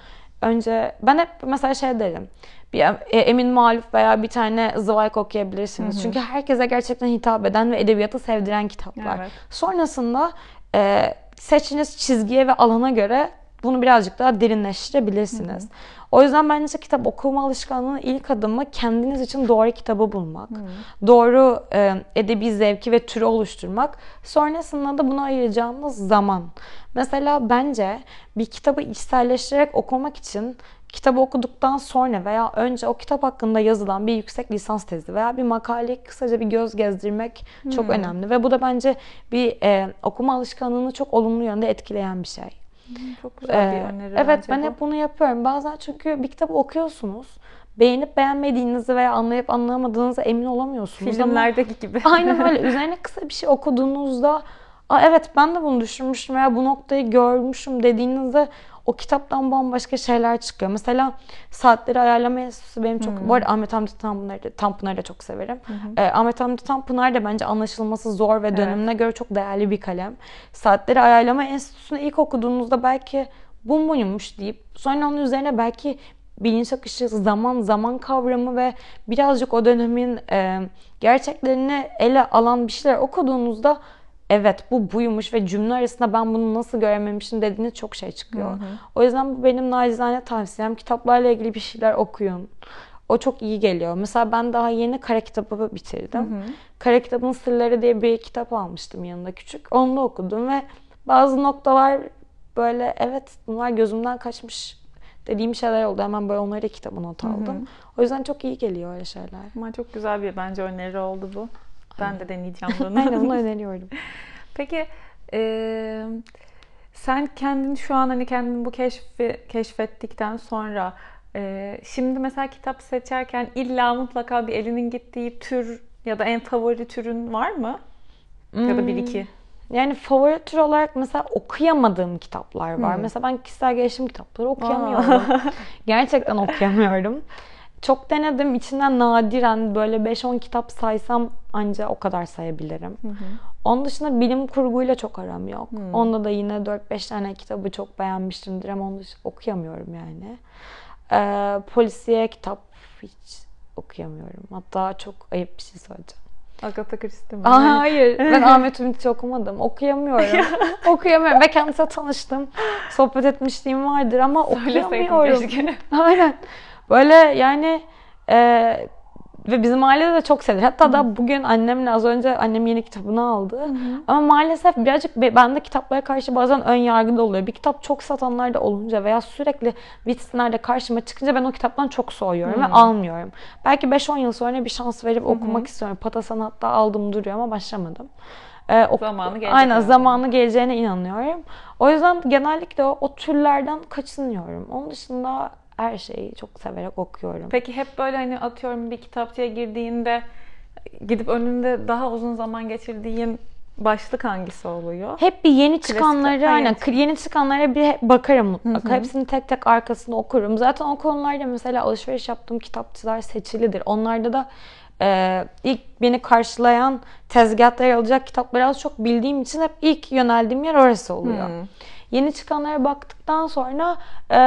önce ben hep mesela şey derim. Bir Emin Maluf veya bir tane Zweig okuyabilirsiniz. Çünkü herkese gerçekten hitap eden ve edebiyatı sevdiren kitaplar. Evet. Sonrasında seçtiğiniz çizgiye ve alana göre bunu birazcık daha derinleştirebilirsiniz. O yüzden bence kitap okuma alışkanlığının ilk adımı kendiniz için doğru kitabı bulmak. Doğru edebi zevki ve türü oluşturmak. Sonrasında da buna ayıracağınız zaman. Mesela bence bir kitabı içselleştirerek okumak için kitabı okuduktan sonra veya önce o kitap hakkında yazılan bir yüksek lisans tezi veya bir makaleyi kısaca bir göz gezdirmek çok önemli. Ve bu da bence bir okuma alışkanlığını çok olumlu yönde etkileyen bir şey. Çok güzel bir öneri. Evet, ben hep bunu yapıyorum. Bazen çünkü bir kitabı okuyorsunuz. Beğenip beğenmediğinizi veya anlayıp anlayamadığınıza emin olamıyorsunuz. Filmlerdeki gibi. Aynen öyle. Üzerine kısa bir şey okuduğunuzda evet ben de bunu düşünmüştüm veya bu noktayı görmüşüm dediğinizde o kitaptan bambaşka şeyler çıkıyor. Mesela Saatleri Ayarlama Enstitüsü benim çok... Bu arada Ahmet Hamdi Tanpınar'ı da çok severim. Ahmet Hamdi Tanpınar da bence anlaşılması zor ve dönemine göre çok değerli bir kalem. Saatleri Ayarlama Enstitüsü'nü ilk okuduğunuzda belki bu muymuş deyip sonra onun üzerine belki bilinç akışı, zaman kavramı ve birazcık o dönemin gerçeklerini ele alan bir şeyler okuduğunuzda evet bu buymuş ve cümle arasında ben bunu nasıl görememişim dediğiniz çok şey çıkıyor. O yüzden bu benim nacizane tavsiyem. Kitaplarla ilgili bir şeyler okuyun. O çok iyi geliyor. Mesela ben daha yeni Kara Kitabı bitirdim. Kara Kitabın Sırları diye bir kitap almıştım yanında küçük. Onu da okudum ve bazı noktalar böyle evet bunlar gözümden kaçmış dediğim şeyler oldu. Hemen böyle onları kitabı not aldım. O yüzden çok iyi geliyor öyle şeyler. Ama çok güzel bir bence öneri oldu bu. Ben de deneyeceğim bunu. Aynen bunu öneriyorum. Peki sen kendin şu an hani kendin bu keşfettikten sonra şimdi mesela kitap seçerken illa mutlaka bir elinin gittiği tür ya da en favori türün var mı? Ya da bir iki. Yani favori tür olarak mesela okuyamadığım kitaplar var. Mesela ben kişisel gelişim kitapları okuyamıyorum. Gerçekten okuyamıyorum. Çok denedim. İçinden nadiren böyle 5-10 kitap saysam anca o kadar sayabilirim. Onun dışında bilim kurguyla çok aram yok. Onda da yine 4-5 tane kitabı çok beğenmiştimdir ama onu okuyamıyorum yani. Polisiye kitap hiç okuyamıyorum. Hatta çok ayıp bir şey söyleyeceğim. Agatha Christie mi? Hayır. Ben Ahmet Ümit'i okumadım. Okuyamıyorum. Okuyamıyorum. Ve kendisiyle tanıştım. Sohbet etmişliğim vardır ama okuyamıyorum. Aynen. Böyle yani ve bizim ailede de çok sevilir. Hatta da bugün annemle az önce annem yeni kitabını aldı. Ama maalesef birazcık bende kitaplara karşı bazen ön yargı da oluyor. Bir kitap çok satanlar da olunca veya sürekli vitrinlerde karşıma çıkınca ben o kitaptan çok soğuyorum ve almıyorum. Belki 5-10 yıl sonra bir şans verip okumak istiyorum. Patasan hatta aldım duruyor ama başlamadım. Zamanı gelecek. Aynen zamanı geleceğine inanıyorum. O yüzden genellikle o türlerden kaçınıyorum. Onun dışında her şeyi çok severek okuyorum. Peki hep böyle hani atıyorum bir kitapçıya girdiğinde gidip önünde daha uzun zaman geçirdiğin başlık hangisi oluyor? Hep bir yeni çıkanları aynen yeni çıkanlara bir bakarım mutlaka. Hepsini tek tek arkasında okurum. Zaten o konularda mesela alışveriş yaptığım kitapçılar seçilidir. Onlarda da ilk beni karşılayan tezgahta yer alacak kitapları az çok bildiğim için hep ilk yöneldiğim yer orası oluyor. Yeni çıkanlara baktıktan sonra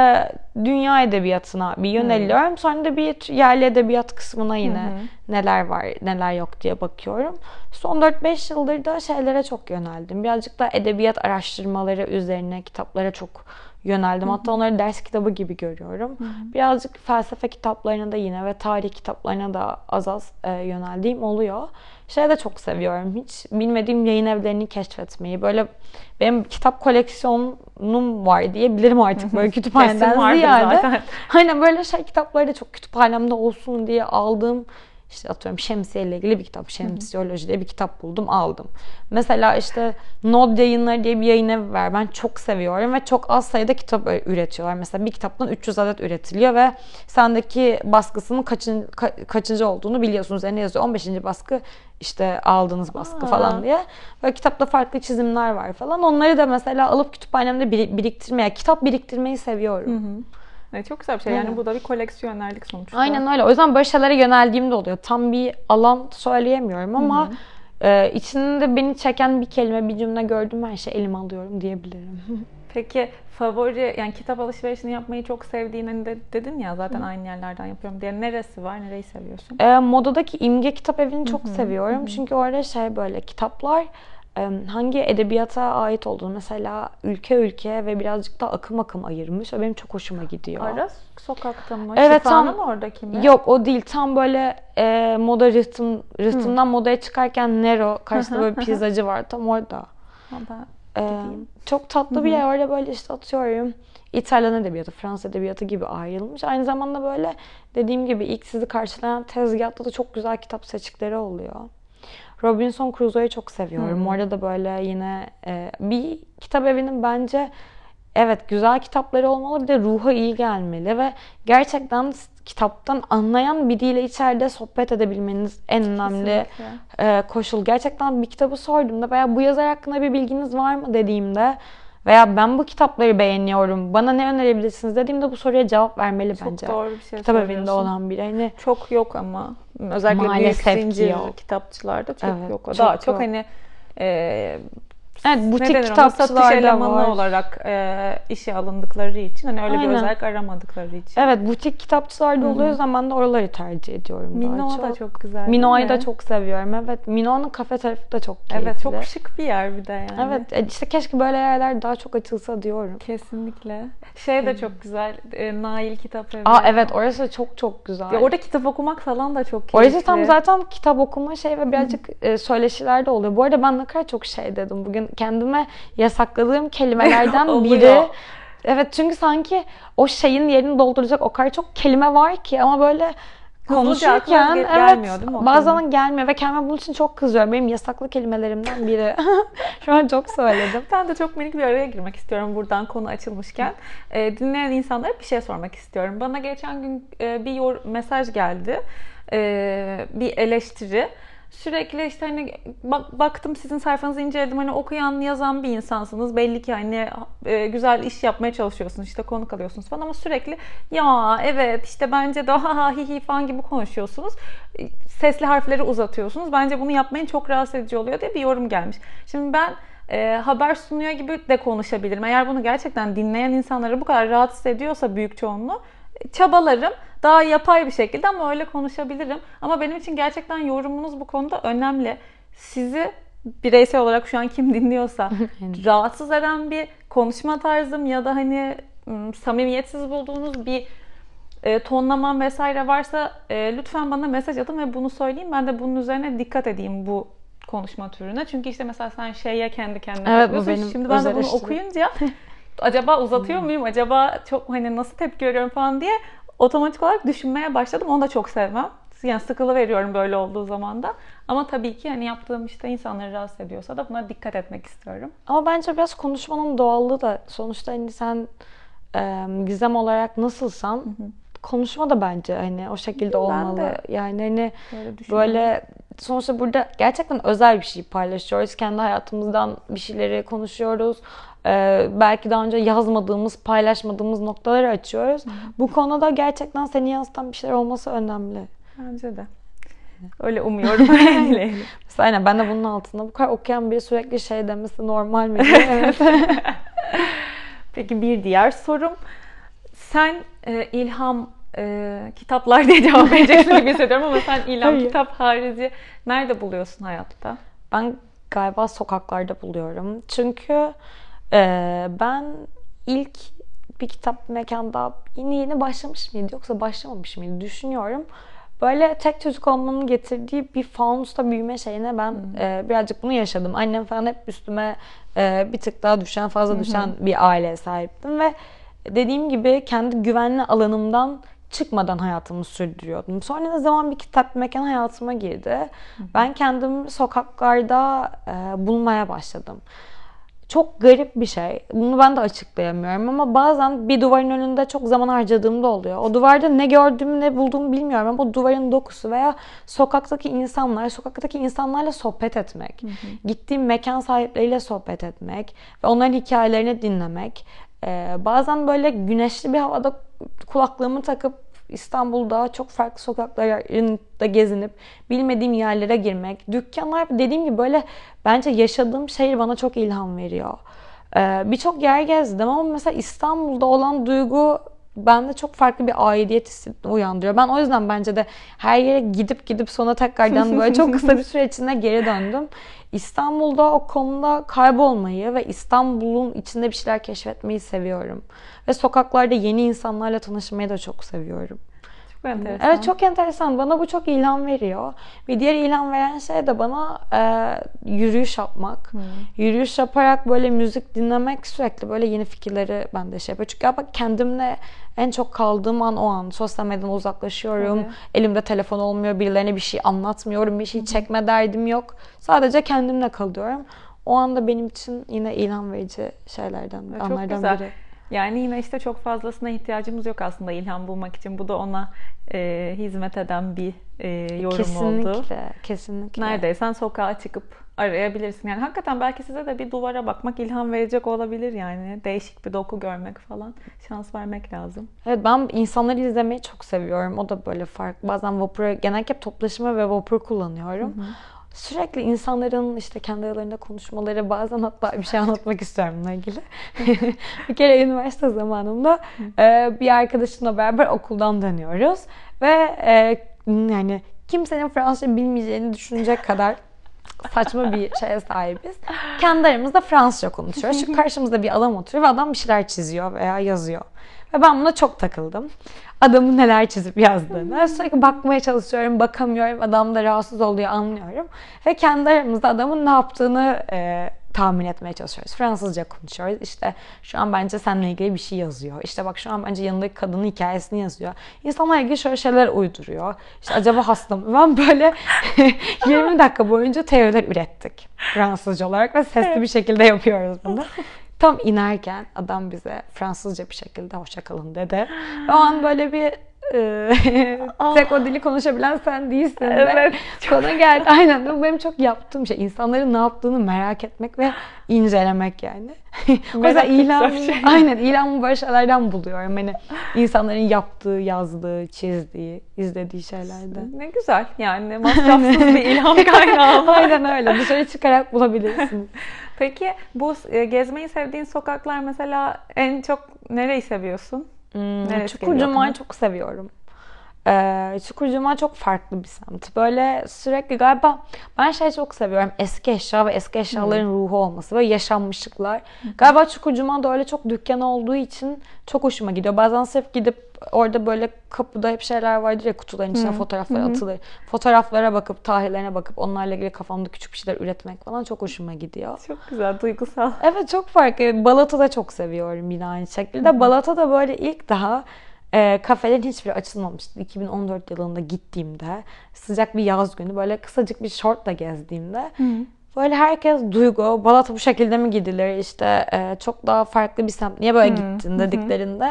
dünya edebiyatına bir yöneliyorum. Sonra da bir yerli edebiyat kısmına yine neler var, neler yok diye bakıyorum. Son 4-5 yıldır da şeylere çok yöneldim. Birazcık da edebiyat araştırmaları üzerine kitaplara çok yöneldim. Hatta onları ders kitabı gibi görüyorum. Birazcık felsefe kitaplarına da yine ve tarih kitaplarına da az yöneldiğim oluyor. Şeyi de çok seviyorum. Hiç bilmediğim yayın evlerini keşfetmeyi. Böyle benim kitap koleksiyonum var diyebilirim artık böyle kütüphaneden ziyade. Aynen böyle kitapları da çok kütüphanemde olsun diye aldığım İşte atıyorum şemsiye ile ilgili bir kitap, şemsiyoloji diye bir kitap buldum, aldım. Mesela işte Nod Yayınları diye bir yayın evi var. Ben çok seviyorum ve çok az sayıda kitap üretiyorlar. Mesela bir kitaptan 300 adet üretiliyor ve sendeki baskısının kaçıncı olduğunu biliyorsun. Üzerine yazıyor 15. baskı işte aldığınız baskı falan diye. Böyle kitapta farklı çizimler var falan. Onları da mesela alıp kütüphanemde biriktirmeye, kitap biriktirmeyi seviyorum. Çok güzel bir şey. Yani bu da bir koleksiyonerlik sonuçta. Aynen öyle. O yüzden böyle şeylere yöneldiğim de oluyor. Tam bir alan söyleyemiyorum ama içinde beni çeken bir kelime, bir cümle gördüm, her şeyi elime alıyorum diyebilirim. Peki favori, yani kitap alışverişini yapmayı çok sevdiğin, hani dedin ya zaten aynı yerlerden yapıyorum diye, neresi var, nereyi seviyorsun? Moda'daki İmge Kitap Evi'ni çok seviyorum. Çünkü orada böyle kitaplar hangi edebiyata ait olduğunu, mesela ülke ve birazcık da akım ayırmış. O benim çok hoşuma gidiyor. Ara sokakta mı? Evet, Şifa'nın oradaki mi? Yok, o değil. Tam böyle moda rıhtımdan modaya çıkarken Nero karşısında böyle pizzacı var. Tam orada. Çok tatlı bir yer. Orada böyle işte atıyorum, İtalyan edebiyatı, Fransız edebiyatı gibi ayrılmış. Aynı zamanda böyle dediğim gibi ilk sizi karşılayan tezgahta da çok güzel kitap seçikleri oluyor. Robinson Crusoe'yu çok seviyorum. Orada da böyle yine bir kitap evinin bence evet güzel kitapları olmalı, bir de ruha iyi gelmeli ve gerçekten kitaptan anlayan biriyle içeride sohbet edebilmeniz en önemli koşul. Gerçekten bir kitabı sorduğumda veya bu yazar hakkında bir bilginiz var mı dediğimde veya ben bu kitapları beğeniyorum, bana ne önerebilirsiniz dediğimde bu soruya cevap vermeli bence. Çok doğru bir şey kitap evinde olan biri. Hani çok yok ama özellikle maalesef büyük zincir kitapçılarda çok yok. Daha çok hani evet, butik kitapçılarda satış elemanı var olarak işe alındıkları için, hani öyle bir özellik aramadıkları için. Evet, butik kitapçılarda oluyor, o zaman da oraları tercih ediyorum daha çok. Minoa da çok güzel. Minoa'yı da çok seviyorum. Evet, Minoa'nın kafe tarafı da çok keyifli. Evet, çok şık bir yer bir de yani. Evet, işte keşke böyle yerler daha çok açılsa diyorum. Kesinlikle. Şey de çok güzel. Nail Kitap Evi. Evet, orası çok güzel. Ya orada kitap okumak falan da çok keyifli. Orası tam zaten kitap okuma ve birazcık söyleşiler de oluyor. Bu arada ben ne kadar çok dedim bugün. Kendime yasakladığım kelimelerden biri. Evet, çünkü sanki o şeyin yerini dolduracak o kadar çok kelime var ki ama böyle konuşurken gelmiyor, değil mi, bazen gelmiyor ve kendime bunun için çok kızıyorum. Benim yasaklı kelimelerimden biri. Şu an çok söyledim. Ben de çok minik bir araya girmek istiyorum buradan konu açılmışken. Dinleyen insanlara bir şey sormak istiyorum. Bana geçen gün bir mesaj geldi. Bir eleştiri. Sürekli işte hani baktım sizin sayfanızı inceledim, hani okuyan yazan bir insansınız, belli ki hani güzel iş yapmaya çalışıyorsunuz, işte konuk alıyorsunuz falan, ama sürekli ya evet işte bence de ha hi hi falan gibi konuşuyorsunuz, sesli harfleri uzatıyorsunuz, bence bunu yapmayın, çok rahatsız edici oluyor diye bir yorum gelmiş. Şimdi ben haber sunuyor gibi de konuşabilirim, eğer bunu gerçekten dinleyen insanları bu kadar rahatsız ediyorsa büyük çoğunluğu, çabalarım daha yapay bir şekilde ama öyle konuşabilirim. Ama benim için gerçekten yorumunuz bu konuda önemli. Sizi bireysel olarak şu an kim dinliyorsa rahatsız eden bir konuşma tarzım ya da hani samimiyetsiz bulduğunuz bir tonlamam vesaire varsa lütfen bana mesaj atın ve bunu söyleyeyim. Ben de bunun üzerine dikkat edeyim bu konuşma türüne. Çünkü işte mesela sen kendi kendine yapıyorsun. Şimdi ben de bunu okuyunca acaba uzatıyor muyum? Acaba çok hani nasıl tepki veriyorum falan diye otomatik olarak düşünmeye başladım. Onu da çok sevmem. Yani sıkılıveriyorum böyle olduğu zaman da. Ama tabii ki hani yaptığım işte insanları rahatsız ediyorsa da buna dikkat etmek istiyorum. Ama bence biraz konuşmanın doğallığı da, sonuçta hani sen Gizem olarak nasılsan konuşma da bence hani o şekilde olmalı. Yani hani böyle sonuçta burada gerçekten özel bir şey paylaşıyoruz. Kendi hayatımızdan bir şeyleri konuşuyoruz. Belki daha önce yazmadığımız, paylaşmadığımız noktaları açıyoruz. Bu konuda gerçekten seni yansıtan bir şeyler olması önemli. Bence de. Öyle umuyorum. Mesela aynen, ben de bunun altında bu kadar okuyan biri sürekli şey demesi normal mi diye. Evet. Peki bir diğer sorum. Sen ilham kitaplar diye cevap vereceksin gibi hissediyorum ama sen ilham kitap harici nerede buluyorsun hayatta? Ben galiba sokaklarda buluyorum. Çünkü ben ilk bir kitap mekanda yeni başlamış mıydı yoksa başlamamış mıydı düşünüyorum. Böyle tek çocuk olmanın getirdiği bir fanusta büyüme şeyine ben birazcık bunu yaşadım. Annem falan hep üstüme bir tık daha fazla düşen bir aileye sahiptim ve dediğim gibi kendi güvenli alanımdan çıkmadan hayatımı sürdürüyordum. Sonra ne zaman bir kitap mekan hayatıma girdi, ben kendimi sokaklarda bulmaya başladım. Çok garip bir şey. Bunu ben de açıklayamıyorum ama bazen bir duvarın önünde çok zaman harcadığımda oluyor. O duvarda ne gördüğümü, ne bulduğumu bilmiyorum ama o duvarın dokusu veya sokaktaki insanlarla sohbet etmek, gittiğim mekan sahipleriyle sohbet etmek ve onların hikayelerini dinlemek. Bazen böyle güneşli bir havada kulaklığımı takıp İstanbul'da çok farklı sokaklarda gezinip bilmediğim yerlere girmek. Dükkanlar, dediğim gibi böyle bence yaşadığım şehir bana çok ilham veriyor. Birçok yer gezdim ama mesela İstanbul'da olan duygu bende çok farklı bir aidiyet hissi uyandırıyor. Ben o yüzden bence de her yere gidip sonra tekrardan böyle çok kısa bir süre içinde geri döndüm. İstanbul'da o konuda kaybolmayı ve İstanbul'un içinde bir şeyler keşfetmeyi seviyorum. Ve sokaklarda yeni insanlarla tanışmayı da çok seviyorum. Çok enteresan. Evet, çok enteresan. Bana bu çok ilham veriyor. Bir diğer ilham veren şey de bana yürüyüş yapmak. Yürüyüş yaparak böyle müzik dinlemek sürekli böyle yeni fikirleri bende şey yapıyor. Çünkü ya bak, kendimle en çok kaldığım an o an. Sosyal medyadan uzaklaşıyorum. Evet. Elimde telefon olmuyor. Birilerine bir şey anlatmıyorum. Bir şey çekme derdim yok. Sadece kendimle kalıyorum. O anda benim için yine ilham verici şeylerden, anlardan biri. Yani yine işte çok fazlasına ihtiyacımız yok aslında ilham bulmak için. Bu da ona hizmet eden bir yorum kesinlikle, oldu. Kesinlikle. Neredeyse sokağa çıkıp arayabilirsin. Yani hakikaten belki size de bir duvara bakmak ilham verecek olabilir yani. Değişik bir doku görmek falan. Şans vermek lazım. Evet, ben insanları izlemeyi çok seviyorum. O da böyle farklı. Bazen vapura, genellikle hep toplu taşıma ve vapur kullanıyorum. Sürekli insanların işte kendi aralarında konuşmaları, bazen hatta bir şey anlatmak istiyorum bununla ilgili. Bir kere üniversite zamanında bir arkadaşımla beraber okuldan dönüyoruz ve yani kimsenin Fransızca bilmeyeceğini düşünecek kadar saçma bir şeye sahibiz. Kendi aramızda Fransızca konuşuyoruz. Çünkü karşımızda bir adam oturuyor ve adam bir şeyler çiziyor veya yazıyor. Ve ben buna çok takıldım. Adamın neler çizip yazdığını. Sürekli bakmaya çalışıyorum, bakamıyorum. Adam da rahatsız oluyor, anlıyorum. Ve kendi aramızda adamın ne yaptığını tahmin etmeye çalışıyoruz. Fransızca konuşuyoruz. İşte şu an bence seninle ilgili bir şey yazıyor. İşte bak, şu an bence yanındaki kadının hikayesini yazıyor. İnsanlarla ilgili şöyle şeyler uyduruyor. İşte acaba hasta mı? Ben böyle 20 dakika boyunca teoriler ürettik. Fransızca olarak ve sesli bir şekilde yapıyoruz bunu. Tam inerken adam bize Fransızca bir şekilde hoşça kalın dedi. O an böyle bir tek o dili konuşabilen sen değilsin. Evet. Konu geldi. Aynen. Bu benim çok yaptığım şey. İnsanların ne yaptığını merak etmek ve incelemek yani. O yüzden ilanımı böyle şeylerden buluyorum. Hani insanların yaptığı, yazdığı, çizdiği, izlediği şeylerde. Ne güzel. Yani masrafsız bir ilham kaynağı. Aynen öyle. Dışarı çıkarak bulabilirsiniz. Peki bu gezmeyi sevdiğin sokaklar mesela en çok nereyi seviyorsun? Çukurcuma'yı çok seviyorum. Çukurcuma çok farklı bir semt. Böyle sürekli galiba ben çok seviyorum. Eski eşya ve eski eşyaların ruhu olması. Böyle yaşanmışlıklar. Galiba Çukurcuma'da öyle çok dükkan olduğu için çok hoşuma gidiyor. Bazen sırf gidip orada böyle kapıda hep şeyler vardır ya, kutuların içine fotoğraflar atılır. Fotoğraflara bakıp, tarihlerine bakıp onlarla ilgili kafamda küçük bir şeyler üretmek falan çok hoşuma gidiyor. Çok güzel, duygusal. Evet, çok farklı. Balat'ı da çok seviyorum yine aynı şekilde. Balat'a da böyle ilk daha kafelerin hiçbiri açılmamıştı. 2014 yılında gittiğimde, sıcak bir yaz günü, böyle kısacık bir şortla gezdiğimde böyle herkes duygu, Balat'a bu şekilde mi gidilir, işte çok daha farklı bir semt, niye böyle gittin dediklerinde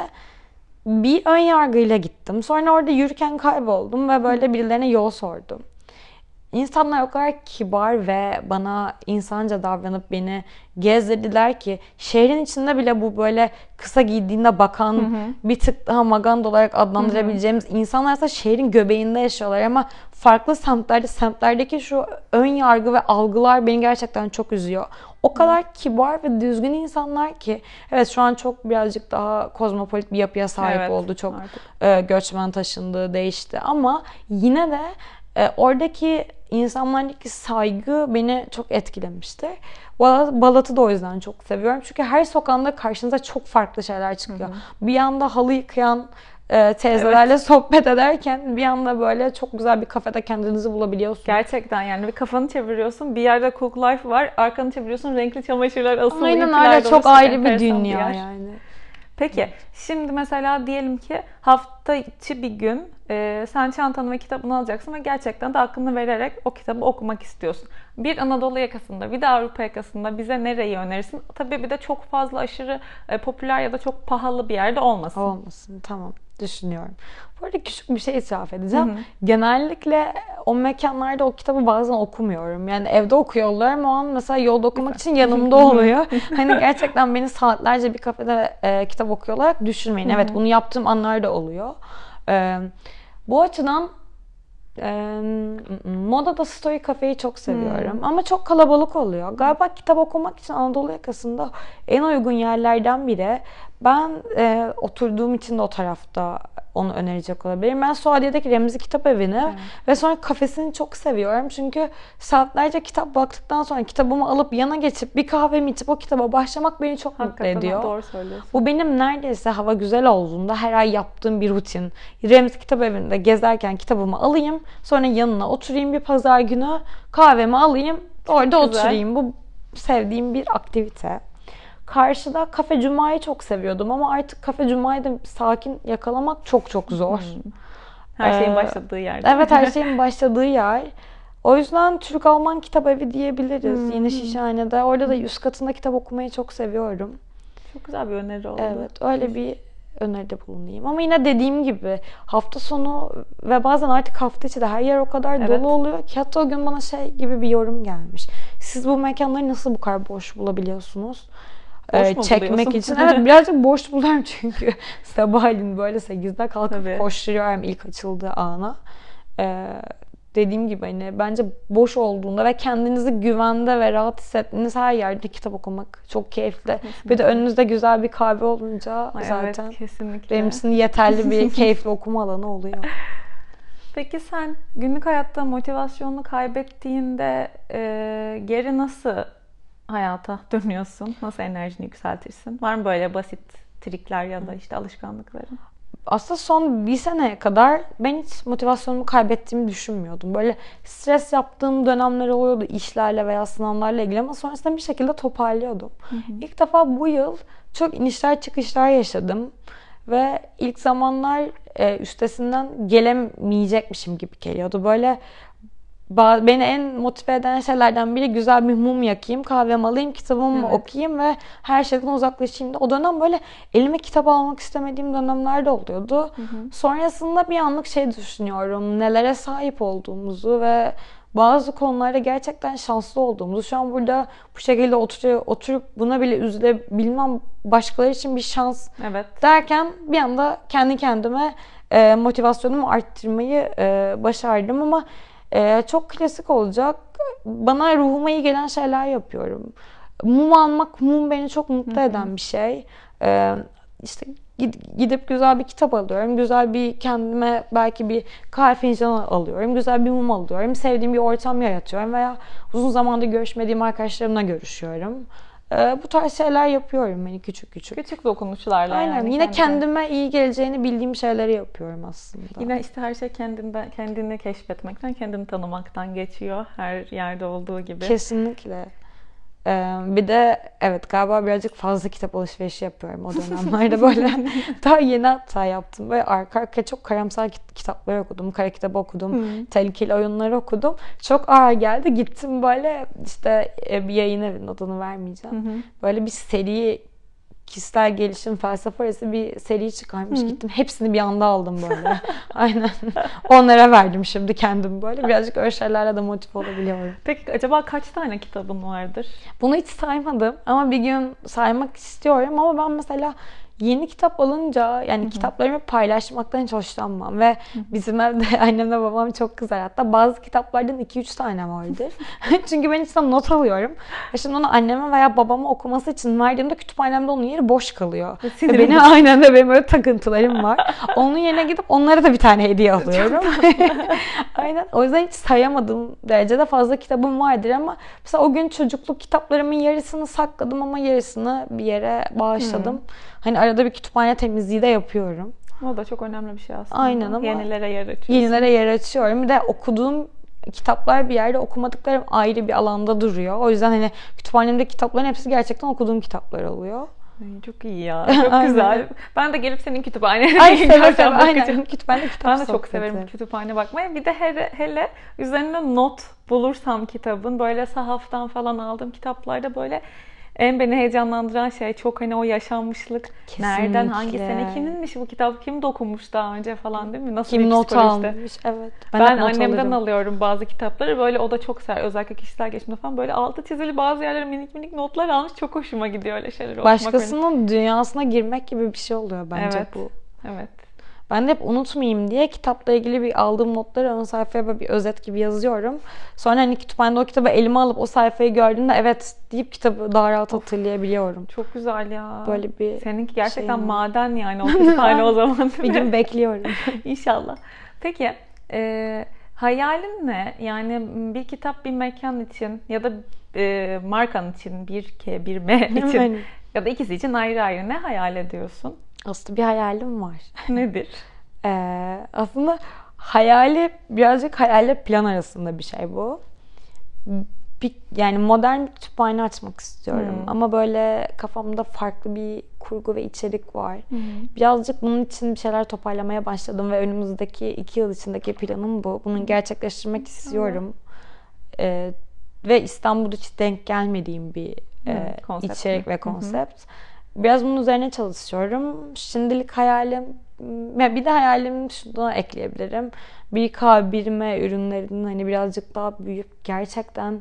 bir ön yargıyla gittim. Sonra orada yürürken kayboldum ve böyle birilerine yol sordum. İnsanlar o kadar kibar ve bana insanca davranıp beni gezdirdiler ki şehrin içinde bile bu böyle kısa giydiğinde bakan, bir tık daha maganda olarak adlandırabileceğimiz insanlar ise şehrin göbeğinde yaşıyorlar ama farklı semtlerdeki şu ön yargı ve algılar beni gerçekten çok üzüyor. O kadar kibar ve düzgün insanlar ki, evet, şu an çok birazcık daha kozmopolit bir yapıya sahip oldu. Çok göçmen taşındı, değişti ama yine de oradaki insanlardaki saygı beni çok etkilemiştir. Balat'ı da o yüzden çok seviyorum. Çünkü her sokağında karşınıza çok farklı şeyler çıkıyor. Bir yanda halı yıkayan teyzelerle sohbet ederken bir yanda böyle çok güzel bir kafede kendinizi bulabiliyorsunuz. Gerçekten yani bir kafanı çeviriyorsun, bir yerde Cook Life var, arkanı çeviriyorsun, renkli çamaşırlar asılı. Aynen öyle, çok ayrı bir dünya yani. Peki, şimdi mesela diyelim ki hafta içi bir gün sen çantanı ve kitabını alacaksın ve gerçekten de aklını vererek o kitabı okumak istiyorsun. Bir Anadolu yakasında, bir de Avrupa yakasında bize nereyi önerirsin? Tabii bir de çok fazla aşırı popüler ya da çok pahalı bir yerde olmasın. Olmasın, tamam. Düşünüyorum. Bu arada küçük bir şey itiraf edeceğim. Genellikle o mekanlarda o kitabı bazen okumuyorum. Yani evde okuyorlar ama o an mesela yolda okumak için yanımda oluyor. Hani gerçekten beni saatlerce bir kafede kitap okuyor olarak düşünmeyin. Evet, bunu yaptığım anlar da oluyor. Bu açıdan Moda'da Story Cafe'yi çok seviyorum. Ama çok kalabalık oluyor. Galiba kitap okumak için Anadolu yakasında en uygun yerlerden biri. Ben oturduğum için de o tarafta onu önerecek olabilirim. Ben Suadiye'deki Remzi Kitap Evi'ni ve sonra kafesini çok seviyorum. Çünkü saatlerce kitap baktıktan sonra kitabımı alıp yana geçip bir kahvemi içip o kitaba başlamak beni çok mutlu ediyor. Doğru söylüyorsun. Bu benim neredeyse hava güzel olduğunda her ay yaptığım bir rutin. Remzi Kitap Evi'nde gezerken kitabımı alayım. Sonra yanına oturayım bir pazar günü. Kahvemi alayım. Orada oturayım. Bu sevdiğim bir aktivite. Karşıda Kafe Cuma'yı çok seviyordum ama artık Kafe Cuma'yı da sakin yakalamak çok çok zor. Her şeyin başladığı yer. Evet, her şeyin başladığı yer. O yüzden Türk-Alman Kitap Evi diyebiliriz. Yeni Şişhane'de. Orada da üst katında kitap okumayı çok seviyorum. Çok güzel bir öneri oldu. Evet, öyle bir öneride bulunayım. Ama yine dediğim gibi hafta sonu ve bazen artık hafta içi de her yer o kadar dolu oluyor ki hatta o gün bana şey gibi bir yorum gelmiş. Siz bu mekanları nasıl bu kadar boş bulabiliyorsunuz? Çekmek için. Evet, birazcık boş buluyorum çünkü sabahleyin böyle 8'de kalkıp koşturuyorum ilk açıldığı ana. Dediğim gibi hani bence boş olduğunda ve kendinizi güvende ve rahat hissettiğiniz her yerde kitap okumak çok keyifli. Kesinlikle. Bir de önünüzde güzel bir kahve olunca zaten benim için yeterli bir keyifli okuma alanı oluyor. Peki sen günlük hayatta motivasyonunu kaybettiğinde geri nasıl hayata dönüyorsun? Nasıl enerjini yükseltirsin? Var mı böyle basit trikler ya da işte alışkanlıkların? Aslında son bir seneye kadar ben hiç motivasyonumu kaybettiğimi düşünmüyordum. Böyle stres yaptığım dönemler oluyordu işlerle veya sınavlarla ilgili ama sonrasında bir şekilde toparlıyordum. İlk defa bu yıl çok inişler çıkışlar yaşadım. Ve ilk zamanlar üstesinden gelemeyecekmişim gibi geliyordu. Böyle beni en motive eden şeylerden biri güzel bir mum yakayım, kahvemi alayım, kitabımı okuyayım ve her şeyden uzaklaşayım da. O dönem böyle elime kitap almak istemediğim dönemler de oluyordu. Sonrasında bir anlık şey düşünüyorum. Nelere sahip olduğumuzu ve bazı konularda gerçekten şanslı olduğumuzu. Şu an burada bu şekilde oturup buna bile üzülebilmem başkaları için bir şans derken bir anda kendi kendime motivasyonumu arttırmayı başardım ama çok klasik olacak. Bana ruhuma iyi gelen şeyler yapıyorum. Mum almak, mum beni çok mutlu eden bir şey. İşte gidip güzel bir kitap alıyorum. Güzel bir kendime belki bir kahve fincanı alıyorum. Güzel bir mum alıyorum. Sevdiğim bir ortam yaratıyorum veya uzun zamandır görüşmediğim arkadaşlarımla görüşüyorum. Bu tarz şeyler yapıyorum beni küçük küçük. Küçük dokunuşlarla. Aynen. Yani yine kendime iyi geleceğini bildiğim şeyleri yapıyorum aslında. Yine işte her şey kendini keşfetmekten, kendini tanımaktan geçiyor. Her yerde olduğu gibi. Kesinlikle. Bir de evet galiba birazcık fazla kitap alışverişi yapıyorum o dönemlerde böyle. Daha yeni hata yaptım. Böyle arka arkaya çok karamsar kitaplar okudum. Kara kitabı okudum. Tehlikeli oyunları okudum. Çok ağır geldi. Gittim böyle işte bir yayın evinin adını vermeyeceğim. Böyle bir seri kişisel gelişim felsefe arası bir seri çıkarmış. Gittim hepsini bir anda aldım böyle. Aynen. Onlara verdim şimdi kendim böyle. Birazcık öyle şeylerle de motive olabiliyorum. Peki acaba kaç tane kitabın vardır? Bunu hiç saymadım ama bir gün saymak istiyorum ama ben mesela yeni kitap alınca yani kitaplarımı paylaşmaktan hiç hoşlanmam ve bizim evde annemle babam çok kızar hatta bazı kitaplardan 2-3 tane vardır. Çünkü ben içten not alıyorum. Şimdi onu anneme veya babama okuması için verdiğimde kütüphanemde onun yeri boş kalıyor. Benim aynen de benim öyle takıntılarım var. Onun yerine gidip onlara da bir tane hediye alıyorum. Aynen. O yüzden hiç sayamadığım derecede fazla kitabım vardır ama mesela o gün çocukluk kitaplarımın yarısını sakladım ama yarısını bir yere bağışladım. Hani arada bir kütüphane temizliği de yapıyorum. O da çok önemli bir şey aslında. Aynen ama yenilere yer açıyorsun. Yenilere yer açıyorum. Bir de okuduğum kitaplar bir yerde, okumadıklarım ayrı bir alanda duruyor. O yüzden hani kütüphanemde kitapların hepsi gerçekten okuduğum kitaplar oluyor. Çok iyi ya. Çok güzel. Ben de gelip senin kütüphanene aynen. Kütüphane kitap ben de çok severim kütüphane bakmayı. Bir de hele üzerine not bulursam kitabın böyle sahaftan falan aldığım kitaplarda böyle en beni heyecanlandıran şey çok hani o yaşanmışlık. Kesinlikle. Nereden, hangi sene, kiminmiş bu kitap, kim dokunmuş daha önce falan değil mi? Nasıl kim not almış? Evet. Ben annemden alıyorum bazı kitapları. Böyle o da çok sever. Özellikle kişisel gelişimde falan böyle altı çizili bazı yerlere minik minik notlar almış. Çok hoşuma gidiyor öyle şeyler okumak. Başkasının dünyasına girmek gibi bir şey oluyor bence bu. Evet. Ben de hep unutmayayım diye kitapla ilgili bir aldığım notları ön sayfaya böyle bir özet gibi yazıyorum. Sonra hani kütüphanede o kitabı elime alıp o sayfayı gördüğümde evet deyip kitabı daha rahat hatırlayabiliyorum. Çok güzel ya. Böyle bir seninki gerçekten şeyim. maden yani o kütüphane o zaman. Bir gün bekliyorum. İnşallah. Peki hayalin ne? Yani bir kitap bir mekan için ya da markan için bir K bir M için ya da ikisi için ayrı ayrı ne hayal ediyorsun? Aslında bir hayalim var. Nedir? Aslında hayali birazcık hayalle plan arasında bir şey bu. Yani modern bir kütüphane açmak istiyorum. Ama böyle kafamda farklı bir kurgu ve içerik var. Birazcık bunun için bir şeyler toparlamaya başladım ve önümüzdeki 2 yıl içindeki planım bu. Bunu gerçekleştirmek istiyorum. Ve İstanbul'da hiç denk gelmediğim bir içerik ve konsept. Biraz bunun üzerine çalışıyorum. Şimdilik hayalim, bir de hayalim şunu ekleyebilirim. 1K, 1M ürünlerinin hani birazcık daha büyüyüp gerçekten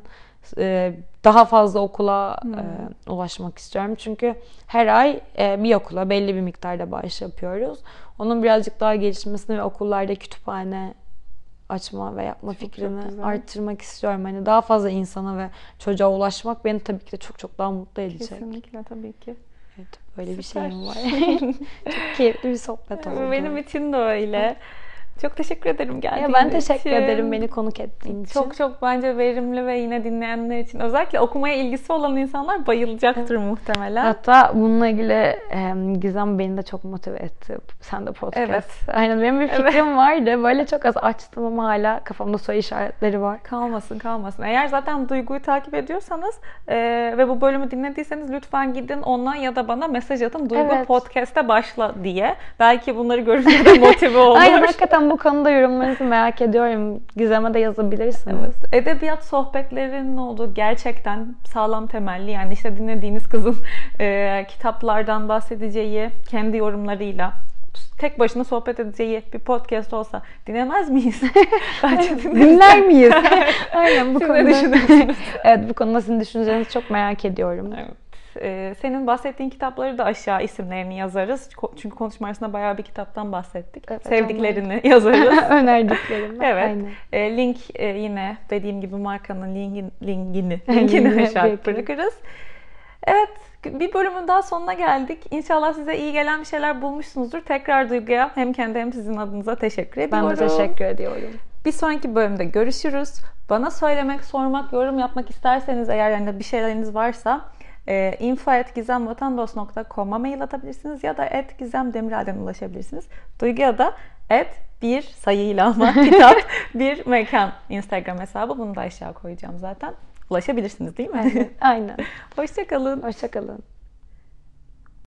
daha fazla okula ulaşmak istiyorum. Çünkü her ay bir okula belli bir miktarda bağış yapıyoruz. Onun birazcık daha gelişmesini ve okullarda kütüphane açma ve yapma fikrini arttırmak istiyorum. Hani daha fazla insana ve çocuğa ulaşmak beni tabii ki de çok çok daha mutlu edecek. Kesinlikle tabii ki. Evet, böyle bir şeyim var. Çok keyifli bir sohbet oldu. Benim için de öyle. Çok teşekkür ederim geldiğin için. Ben teşekkür ederim beni konuk ettiğin için. Çok çok bence verimli ve yine dinleyenler için özellikle okumaya ilgisi olan insanlar bayılacaktır muhtemelen. Hatta bununla ilgili Gizem beni de çok motive etti. Sen de podcast. Evet. Aynen benim bir fikrim vardı. Böyle çok az açtım ama hala kafamda soru işaretleri var. Kalmasın. Eğer zaten Duygu'yu takip ediyorsanız ve bu bölümü dinlediyseniz lütfen gidin ona ya da bana mesaj atın. Duygu podcast'e başla diye. Belki bunları görünce de motive olur. Aynen hakikaten bu konuda yorumlarınızı merak ediyorum. Gizem'e de yazabilirsiniz. Evet. Edebiyat sohbetlerinin olduğu gerçekten sağlam temelli. Yani işte dinlediğiniz kızın kitaplardan bahsedeceği, kendi yorumlarıyla tek başına sohbet edeceği bir podcast olsa dinlemez miyiz? Bence dinler miyiz? Aynen bu Siz konuda. ne düşünüyorsunuz? Evet bu konuda sizin düşüncelerinizi çok merak ediyorum. Evet. Senin bahsettiğin kitapları da aşağı isimlerini yazarız. Çünkü konuşma arasında bayağı bir kitaptan bahsettik. Evet, sevdiklerini yazarız. Önerdiklerim. Evet. Link yine dediğim gibi markanın linkini aşağı bırakırız. Evet. Bir bölümün daha sonuna geldik. İnşallah size iyi gelen bir şeyler bulmuşsunuzdur. Tekrar Duygu'ya hem kendi hem sizin adınıza teşekkür ediyorum. Ben de teşekkür ediyorum. Bir sonraki bölümde görüşürüz. Bana söylemek, sormak, yorum yapmak isterseniz eğer yani bir şeyleriniz varsa info@gizemvatandos.com'a mail atabilirsiniz ya da @gizemdemirel'den ulaşabilirsiniz. Duygu'ya da bir sayıyla ama kitap bir mekan Instagram hesabı. Bunu da aşağı koyacağım zaten. Ulaşabilirsiniz değil mi? Aynen. Hoşça kalın. Hoşça kalın.